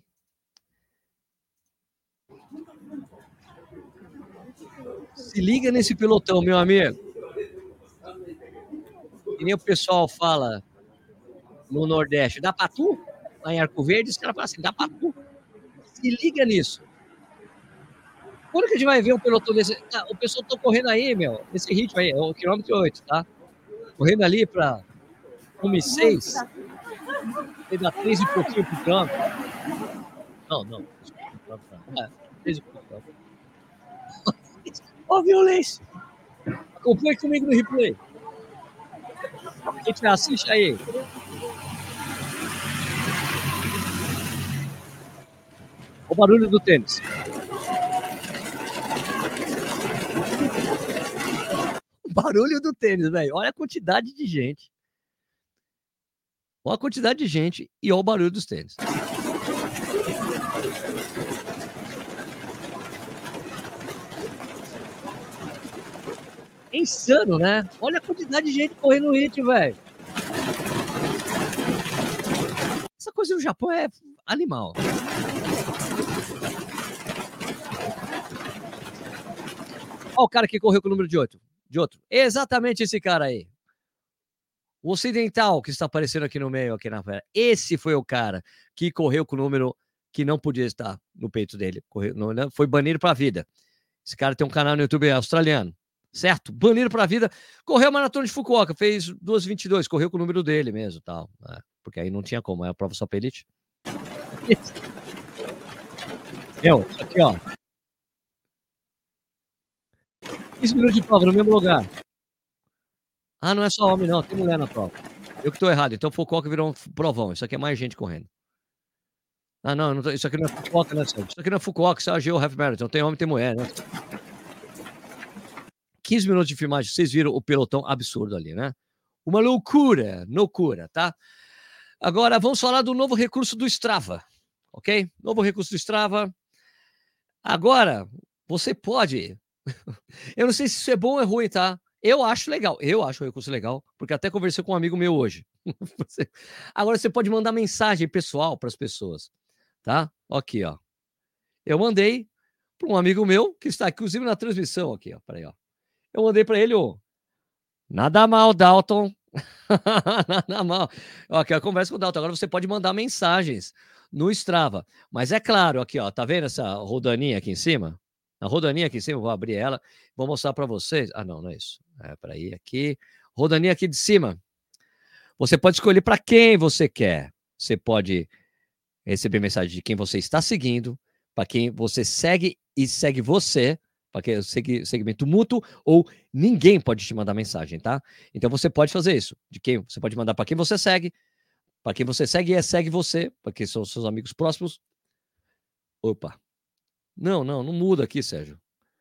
Se liga nesse pelotão, meu amigo. E nem o pessoal fala no Nordeste, dá pra tu? Lá em Arco Verde, os caras falam assim, dá pra tu? Se liga nisso. Quando que a gente vai ver um pelotão desse? O pessoal tá correndo aí, meu, nesse ritmo aí, é o quilômetro 8, tá? Correndo ali pra 1,6. Ele dá 3 e pouquinho por quilômetro. Não. 3 e pouquinho. Ó, violência. Acompanhe comigo no replay. A gente assiste aí. O barulho do tênis. O barulho do tênis, velho. Olha a quantidade de gente. Olha a quantidade de gente e olha o barulho dos tênis. É insano, né? Olha a quantidade de gente correndo no ritmo, velho. Essa coisa no Japão é animal. Olha o cara que correu com o número de outro. Exatamente esse cara aí. O ocidental que está aparecendo aqui no meio, aqui na fera. Esse foi o cara que correu com o número que não podia estar no peito dele. Foi banido para a vida. Esse cara tem um canal no YouTube australiano. Certo? Banido para a vida. Correu a maratona de Fukuoka, fez 2:22, correu com o número dele mesmo, tal. Porque aí não tinha como, é a prova só pra elite. Aqui, ó. 15 minutos de prova no mesmo lugar. Não é só homem, não. Tem mulher na prova. Eu que tô errado. Então Fukuoka virou um provão. Isso aqui é mais gente correndo. Não isso aqui não é Fukuoka, né, Sérgio? Isso aqui não é Fukuoka, isso é a Geo Half Marathon. Tem homem, tem mulher, né? 15 minutos de filmagem. Vocês viram o pelotão absurdo ali, né? Uma loucura, tá? Agora, vamos falar do novo recurso do Strava, ok? Novo recurso do Strava. Agora, você pode... Eu não sei se isso é bom ou é ruim, tá? Eu acho legal. Eu acho o recurso legal, porque até conversei com um amigo meu hoje. Agora, você pode mandar mensagem pessoal para as pessoas, tá? Aqui, ó. Eu mandei para um amigo meu, que está inclusive na transmissão aqui, ó. Peraí, ó. Eu mandei para ele, nada mal, Dalton. Nada mal. Aqui, a conversa com o Dalton. Agora você pode mandar mensagens no Strava. Mas é claro, aqui, ó. Tá vendo essa rodaninha aqui em cima? A rodaninha aqui em cima, eu vou abrir ela. Vou mostrar para vocês. Não é isso. Peraí, aqui. Rodaninha aqui de cima. Você pode escolher para quem você quer. Você pode receber mensagem de quem você está seguindo, para quem você segue e segue você, Para que é segmento mútuo, ou ninguém pode te mandar mensagem, tá? Então você pode fazer isso. Você pode mandar para quem você segue, segue você, porque são seus amigos próximos. Opa. Não muda aqui, Sérgio.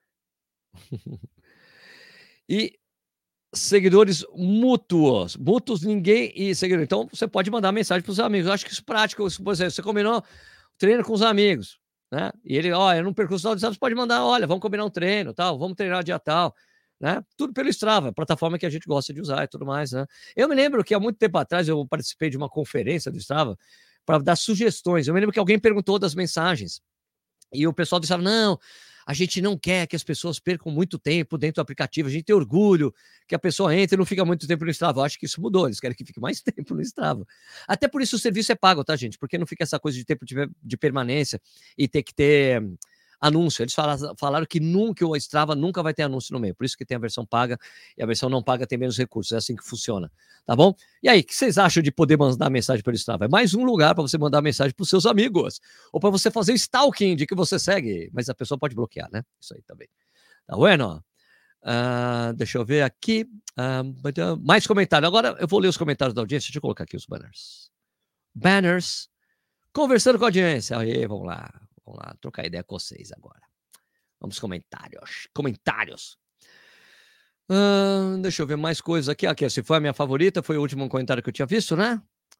E seguidores mútuos. Mútuos, ninguém e seguidor. Então, você pode mandar mensagem para os amigos. Eu acho que isso é prático. Por exemplo, você combinou treino com os amigos, né? E ele, eu não percurso tal, você pode mandar, olha, vamos combinar um treino, tal, vamos treinar dia tal, né? Tudo pelo Strava, plataforma que a gente gosta de usar e tudo mais, né? Eu me lembro que há muito tempo atrás eu participei de uma conferência do Strava para dar sugestões. Eu me lembro que alguém perguntou das mensagens e o pessoal disse, não, a gente não quer que as pessoas percam muito tempo dentro do aplicativo, a gente tem orgulho que a pessoa entre e não fica muito tempo no Strava. Eu acho que isso mudou, eles querem que fique mais tempo no Strava. Até por isso o serviço é pago, tá, gente? Porque não fica essa coisa de tempo de permanência e ter que ter anúncio. Eles falaram que o Strava nunca vai ter anúncio no meio, por isso que tem a versão paga e a versão não paga tem menos recursos, é assim que funciona, tá bom? E aí, o que vocês acham de poder mandar mensagem pelo Strava? É mais um lugar para você mandar mensagem para os seus amigos, ou para você fazer stalking de que você segue, mas a pessoa pode bloquear, né? Isso aí também. Tá bueno? Deixa eu ver aqui. Mais comentário. Agora eu vou ler os comentários da audiência. Deixa eu colocar aqui os banners. Conversando com a audiência. Aí, vamos lá, trocar ideia com vocês agora. Vamos comentários. Deixa eu ver mais coisas aqui. Aqui, se foi a minha favorita, foi o último comentário que eu tinha visto, né?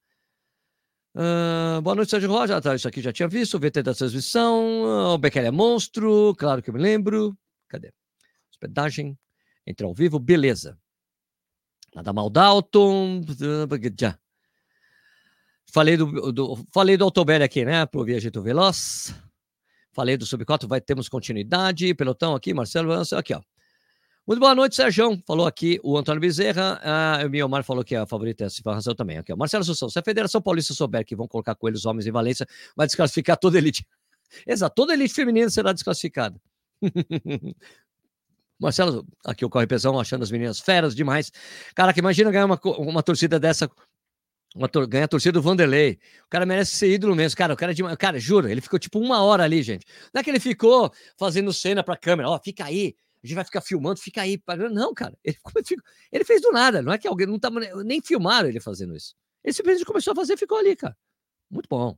Boa noite, Sérgio Rocha. Tá, isso aqui já tinha visto. O VT da transmissão. O Bekele é monstro. Claro que eu me lembro. Cadê? Hospedagem. Entra ao vivo. Beleza. Nada mal, Dalton. Já. Falei do Autobelli aqui, né? Pro Viajito Veloz. Falei do Sub-4, temos continuidade. Pelotão aqui, Marcelo, aqui, ó. Muito boa noite, Sérgio. Falou aqui o Antônio Bezerra. O Miomar falou que a favorita é a Cifra também. Aqui, ó. Marcelo Assunção, se a Federação Paulista souber que vão colocar coelhos homens em Valência, vai desclassificar toda a elite. Exato, toda a elite feminina será desclassificada. Marcelo, aqui o Corre Pesão, achando as meninas feras demais. Cara, que imagina ganhar uma torcida dessa. Ganha a torcida do Vanderlei. O cara merece ser ídolo mesmo. Cara, o cara é demais. Cara, juro, ele ficou tipo 1 hora ali, gente. Não é que ele ficou fazendo cena pra câmera. Ó, fica aí. A gente vai ficar filmando, fica aí. Não, cara. Ele fez do nada. Não é que alguém não tava. Nem filmaram ele fazendo isso. Ele simplesmente começou a fazer e ficou ali, cara. Muito bom.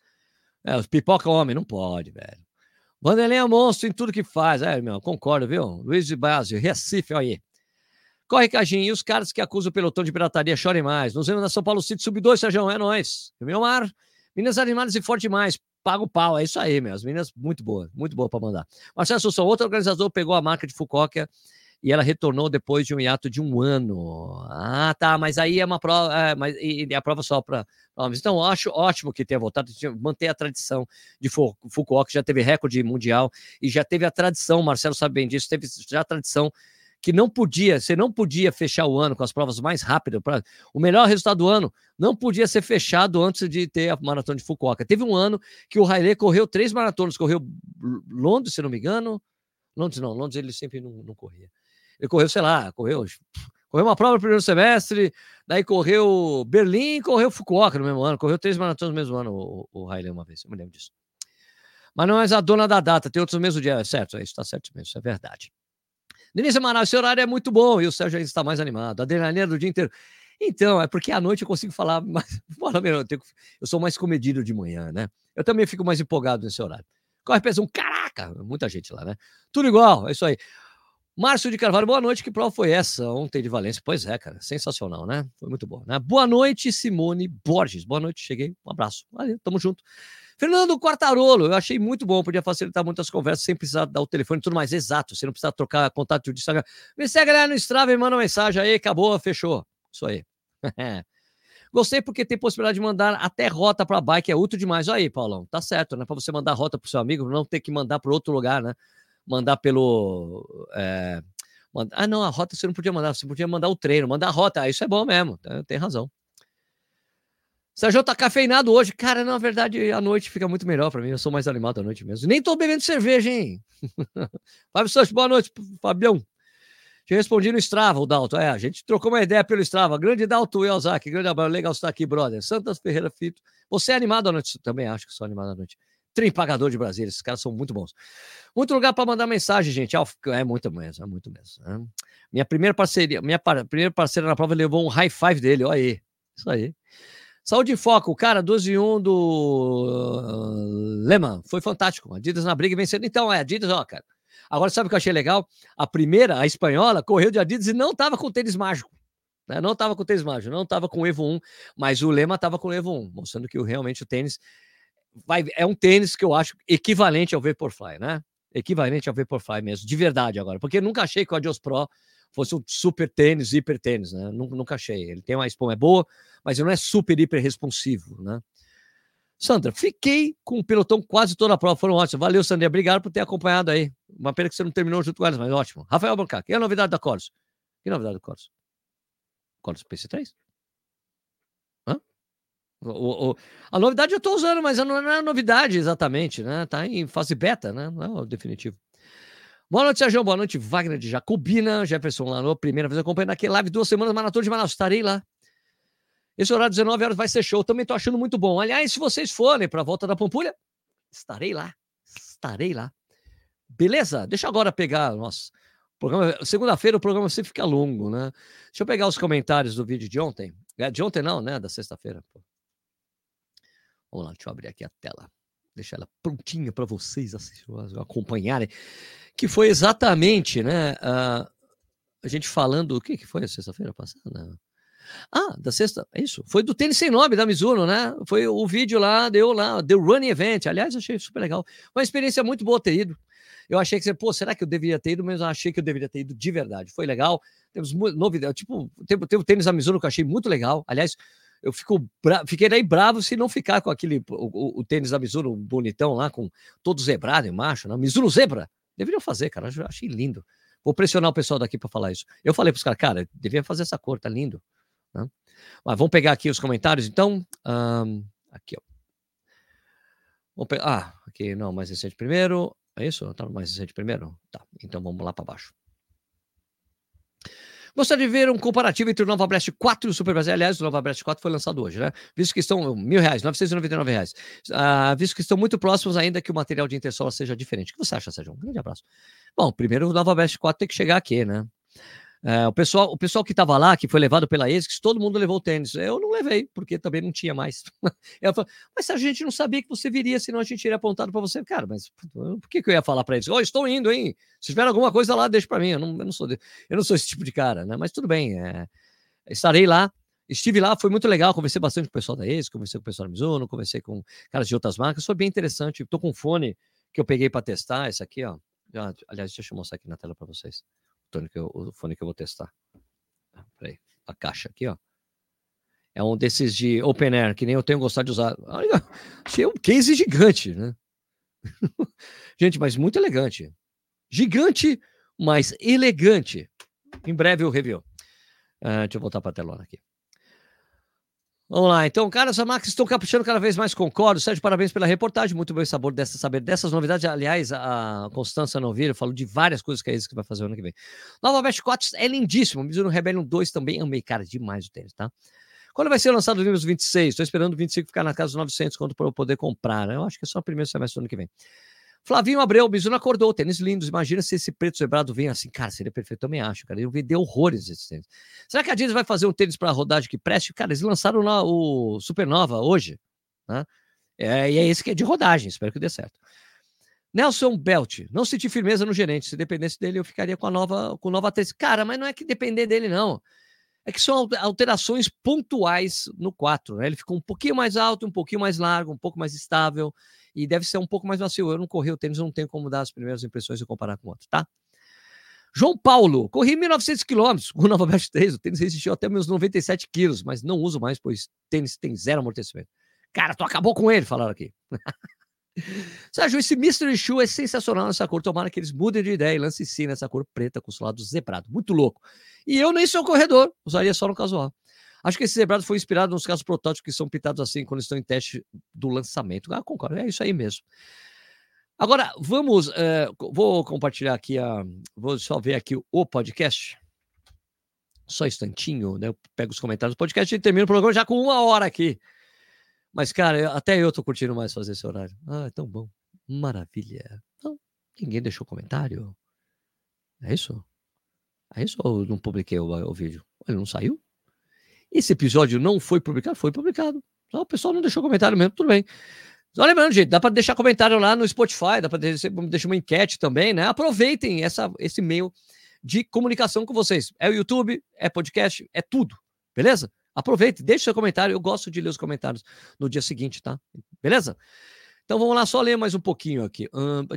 Os pipoca homem, não pode, velho. Vanderlei é monstro em tudo que faz. Meu, concordo, viu? Luiz de Básio, Recife, olha aí. Corre, Cajinho. E os caras que acusam o pelotão de pirataria chorem mais. Nos vemos na São Paulo City Sub-2, Sérgio. É nóis. Meu mar. Meninas animadas e forte demais. Paga o pau. É isso aí, meu. As meninas muito boa pra mandar. Marcelo Assunção, outro organizador, pegou a marca de Fukuoka e ela retornou depois de um hiato de 1 ano. Tá. Mas aí é uma prova. E a prova só para homens. Então, eu acho ótimo que tenha voltado. Manter a tradição de Fukuoka. Já teve recorde mundial e já teve a tradição. Marcelo sabe bem disso. Teve já a tradição que você não podia fechar o ano com as provas mais rápidas. O melhor resultado do ano não podia ser fechado antes de ter a maratona de Fukuoka. Teve um ano que o Haile correu 3 maratonas, correu Londres, se não me engano. Londres ele sempre não corria. Ele correu, sei lá, correu uma prova no primeiro semestre, daí correu Berlim, correu Fukuoka no mesmo ano, correu 3 maratonas no mesmo ano, o Haile uma vez, eu me lembro disso. Mas não é a dona da data, tem outros no mesmo dia, é certo, isso tá certo mesmo, isso é verdade. Denise Amaral, esse horário é muito bom e o Sérgio ainda está mais animado. A adrenalina do dia inteiro. Então, é porque à noite eu consigo falar mais. Eu sou mais comedido de manhã, né? Eu também fico mais empolgado nesse horário. Corre Pesão, caraca! Muita gente lá, né? Tudo igual, é isso aí. Márcio de Carvalho, boa noite. Que prova foi essa ontem de Valência? Pois é, cara, sensacional, né? Foi muito bom, né? Boa noite, Simone Borges. Boa noite, cheguei. Um abraço. Valeu, tamo junto. Fernando Quartarolo, eu achei muito bom, podia facilitar muitas conversas sem precisar dar o telefone e tudo mais. Exato, você não precisa trocar contato de Instagram. Me segue lá no Strava e manda uma mensagem aí, acabou, fechou. Isso aí. Gostei porque tem possibilidade de mandar até rota para bike, é útil demais. Olha aí, Paulão, tá certo, né? Para você mandar rota pro seu amigo, não ter que mandar para outro lugar, né? Mandar pelo... não, a rota você não podia mandar, você podia mandar o treino, mandar a rota. Isso é bom mesmo, tem razão. Sérgio tá cafeinado hoje. Cara, na verdade, a noite fica muito melhor pra mim. Eu sou mais animado à noite mesmo. Nem tô bebendo cerveja, hein? Fábio Santos, boa noite, Fabião. Te respondi no Strava, o Dalton. A gente trocou uma ideia pelo Strava. Grande Dalton Yelzaki. Grande abraço. Legal estar aqui, brother. Santos Ferreira Fito. Você é animado à noite? Também acho que sou animado à noite. Trem Pagador de Brasília. Esses caras são muito bons. Muito lugar para mandar mensagem, gente. É muito mesmo, Né? Minha primeira parceira na prova levou um high five dele. Olha aí. Isso aí. Saúde em Foco, cara, 12 e 1 do Lehmann. Foi fantástico. Adidas na briga e vencendo. Então, Adidas, ó, cara. Agora, sabe o que eu achei legal? A primeira, a espanhola, correu de Adidas e não tava com tênis mágico. Né? Não tava com tênis mágico, não tava com o Evo 1, mas o Lehmann tava com o Evo 1, mostrando que realmente o tênis é um tênis que eu acho equivalente ao Vaporfly, né? Equivalente ao Vaporfly mesmo, de verdade agora. Porque eu nunca achei que o Adios Pro fosse um super tênis, hiper tênis, né? Nunca achei. Ele tem uma espuma boa, mas ele não é super, hiper responsivo, né? Sandra, fiquei com o pelotão quase toda a prova, foram ótimos. Valeu, Sandra, obrigado por ter acompanhado aí. Uma pena que você não terminou junto com elas, mas ótimo. Rafael Brancar, que é a novidade da Corus? Que novidade da Corus? Corus PC3? Hã? A novidade eu estou usando, mas não é novidade exatamente, né? Tá em fase beta, né? Não é o definitivo. Boa noite, Sérgio. Boa noite, Wagner de Jacobina. Jefferson Lanô, primeira vez acompanhando aqui live 2 semanas, Maratona de Manaus. Estarei lá. Esse horário 19 horas vai ser show. Também estou achando muito bom. Aliás, se vocês forem para a volta da Pampulha, estarei lá. Beleza? Deixa eu agora pegar. Nossa, segunda-feira o programa sempre fica longo, né? Deixa eu pegar os comentários do vídeo de ontem. De ontem não, né? Da sexta-feira. Vamos lá, deixa eu abrir aqui a tela. Deixar ela prontinha para vocês acompanharem. Que foi exatamente, né? A gente falando. O que foi a sexta-feira passada? Da sexta, é isso. Foi do tênis sem nome da Mizuno, né? Foi o vídeo lá, deu lá, The Running Event. Aliás, achei super legal. Uma experiência muito boa ter ido. Eu achei que, será que eu deveria ter ido? Mas eu achei que eu deveria ter ido de verdade. Foi legal. Temos novidade. Tipo, tem o tênis da Mizuno que eu achei muito legal. Aliás, eu fiquei daí bravo se não ficar com aquele, o tênis da Mizuno bonitão lá, com todo zebrado embaixo, né? Mizuno Zebra. Deveriam fazer, cara. Eu achei lindo. Vou pressionar o pessoal daqui para falar isso. Eu falei para os caras, cara, devia fazer essa cor, tá lindo. Né? Mas vamos pegar aqui os comentários, então. Aqui, ó. Aqui não, mais recente primeiro. É isso? Tá mais recente primeiro? Tá, então vamos lá para baixo. Gostaria de ver um comparativo entre o Nova Blast 4 e o Super Brasileiro. Aliás, o Nova Blast 4 foi lançado hoje, né? Visto que estão R$1.000, R$999. Visto que estão muito próximos ainda que o material de intersola seja diferente. O que você acha, Sérgio? Um grande abraço. Bom, primeiro o Nova Blast 4 tem que chegar aqui, né? O pessoal que estava lá, que foi levado pela ASICS, todo mundo levou o tênis. Eu não levei, porque também não tinha mais. Ela falou, mas a gente não sabia que você viria, senão a gente iria apontado para você. Cara, mas por que eu ia falar para eles? Estou indo, hein? Se tiver alguma coisa lá, deixa para mim. Eu não sou esse tipo de cara, né? Mas tudo bem. Estarei lá. Estive lá, foi muito legal. Conversei bastante com o pessoal da ASICS, conversei com o pessoal da Mizuno, conversei com caras de outras marcas. Foi bem interessante. Estou com um fone que eu peguei para testar. Esse aqui, ó. Aliás, deixa eu mostrar aqui na tela para vocês. O fone que eu vou testar. Peraí, a caixa aqui, ó. É um desses de open air, que nem eu tenho gostado de usar. Olha, achei um case gigante, né? Gente, mas muito elegante. Gigante, mas elegante. Em breve o review. Deixa eu voltar para a telona aqui. Vamos lá, então, cara, as marcas estão caprichando cada vez mais, concordo. Sérgio, parabéns pela reportagem, muito bem saber dessas novidades. Aliás, a Constância Novilho falou de várias coisas que é isso que vai fazer o ano que vem. Nova Best 4 é lindíssimo, Mizuno Rebellion 2 também, amei, cara, demais o tênis, tá? Quando vai ser lançado o Windows 26? Estou esperando o 25 ficar na casa dos 900 quando para eu poder comprar, né? Eu acho que é só o primeiro semestre do ano que vem. Flavinho Abreu, Mizuno acordou, tênis lindos. Imagina se esse preto zebrado vem assim, cara, seria perfeito, também acho, cara. Eu vender horrores esses tênis. Será que a Adidas vai fazer um tênis para rodagem que preste? Cara, eles lançaram lá o Supernova hoje, né? E é esse que é de rodagem, espero que dê certo. Nelson Belt, não senti firmeza no gerente. Se dependesse dele, eu ficaria com o Nova 3. Cara, mas não é que depender dele, não. É que são alterações pontuais no 4, né? Ele ficou um pouquinho mais alto, um pouquinho mais largo, um pouco mais estável. E deve ser um pouco mais macio. Eu não corri o tênis, eu não tenho como dar as primeiras impressões e comparar com o outro, tá? João Paulo, corri 1.900 quilômetros com o Nova Best 3. O tênis resistiu até meus 97 quilos, mas não uso mais, pois tênis tem zero amortecimento. Cara, tu acabou com ele, falaram aqui. Sérgio, esse Mystery Shoe é sensacional nessa cor. Tomara que eles mudem de ideia e lancem sim nessa cor preta com o solado zebrado. Muito louco. E eu nem sou corredor, usaria só no casual. Acho que esse zebrado foi inspirado nos casos protótipos que são pintados assim quando estão em teste do lançamento. Concordo, é isso aí mesmo. Agora, vamos... vou compartilhar aqui vou só ver aqui o podcast. Só um instantinho, né? Eu pego os comentários do podcast e termino o programa já com 1 hora aqui. Mas, cara, até eu tô curtindo mais fazer esse horário. Ah, é tão bom. Maravilha. Então, ninguém deixou comentário? É isso? É isso ou eu não publiquei o vídeo? Ele não saiu? Esse episódio não foi publicado? Foi publicado. Só o pessoal não deixou comentário mesmo, tudo bem. Só lembrando, gente, dá para deixar comentário lá no Spotify, dá para deixar uma enquete também, né? Aproveitem esse meio de comunicação com vocês. É o YouTube, é podcast, é tudo, beleza? Aproveite, deixe seu comentário. Eu gosto de ler os comentários no dia seguinte, tá? Beleza? Então vamos lá, só ler mais um pouquinho aqui.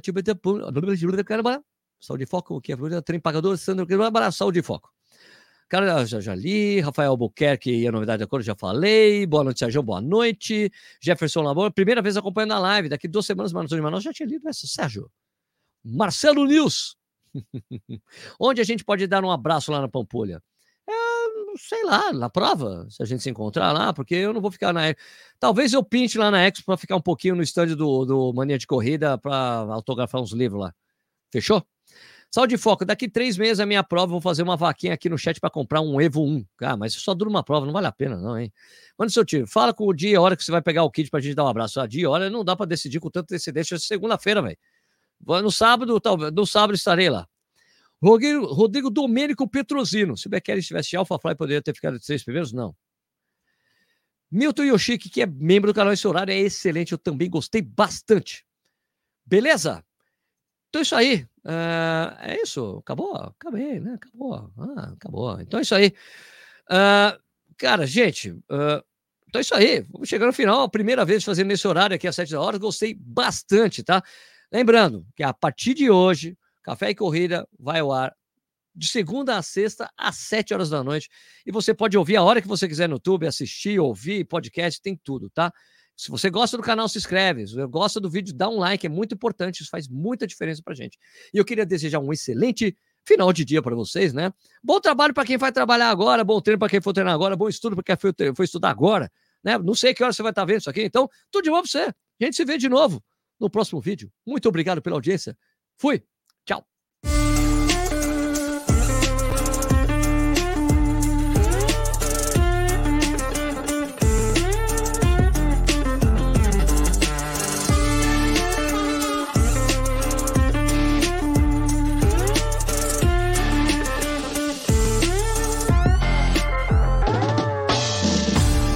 Saúde e foco, o que é? Trem pagador, Sandro, saúde e foco. Cara, já li. Rafael Albuquerque e a novidade da cor, já falei. Boa noite, Sérgio. Boa noite. Jefferson Labor, primeira vez acompanhando a live. Daqui 2 semanas, Maratona de Manaus. Já tinha lido essa, Sérgio. Marcelo News. Onde a gente pode dar um abraço lá na Pampulha? Sei lá, na prova, se a gente se encontrar lá, porque eu não vou ficar na Expo. Talvez eu pinte lá na Expo para ficar um pouquinho no stand do Mania de Corrida para autografar uns livros lá. Fechou? Saúde e foco. Daqui 3 meses a minha prova, vou fazer uma vaquinha aqui no chat para comprar um Evo 1. Ah, mas isso só dura uma prova, não vale a pena não, hein? Manda seu tio, fala com o dia e a hora que você vai pegar o kit pra gente dar um abraço. Dia e hora não dá para decidir com tanta antecedência. Segunda-feira, velho. No sábado, talvez, no sábado estarei lá. Rodrigo Domênico Petrosino. Se o Becquer estivesse AlphaFly, poderia ter ficado de 3 primeiros? Não. Milton Yoshiki, que é membro do canal Esse Horário, é excelente. Eu também gostei bastante. Beleza? Então é isso aí. É isso. Acabou? Acabei, né? Acabou. Acabou. Então é isso aí. Cara, gente, então é isso aí. Vamos chegar no final. A primeira vez fazendo nesse horário aqui às 7 da hora. Gostei bastante, tá? Lembrando que a partir de hoje, Café e Corrida vai ao ar de segunda a sexta, às 7 horas da noite. E você pode ouvir a hora que você quiser no YouTube, assistir, ouvir, podcast, tem tudo, tá? Se você gosta do canal, se inscreve. Se você gosta do vídeo, dá um like, é muito importante, isso faz muita diferença pra gente. E eu queria desejar um excelente final de dia para vocês, né? Bom trabalho para quem vai trabalhar agora, bom treino para quem for treinar agora, bom estudo para quem foi estudar agora, né? Não sei que hora você vai estar vendo isso aqui, então tudo de bom pra você. A gente se vê de novo no próximo vídeo. Muito obrigado pela audiência. Fui!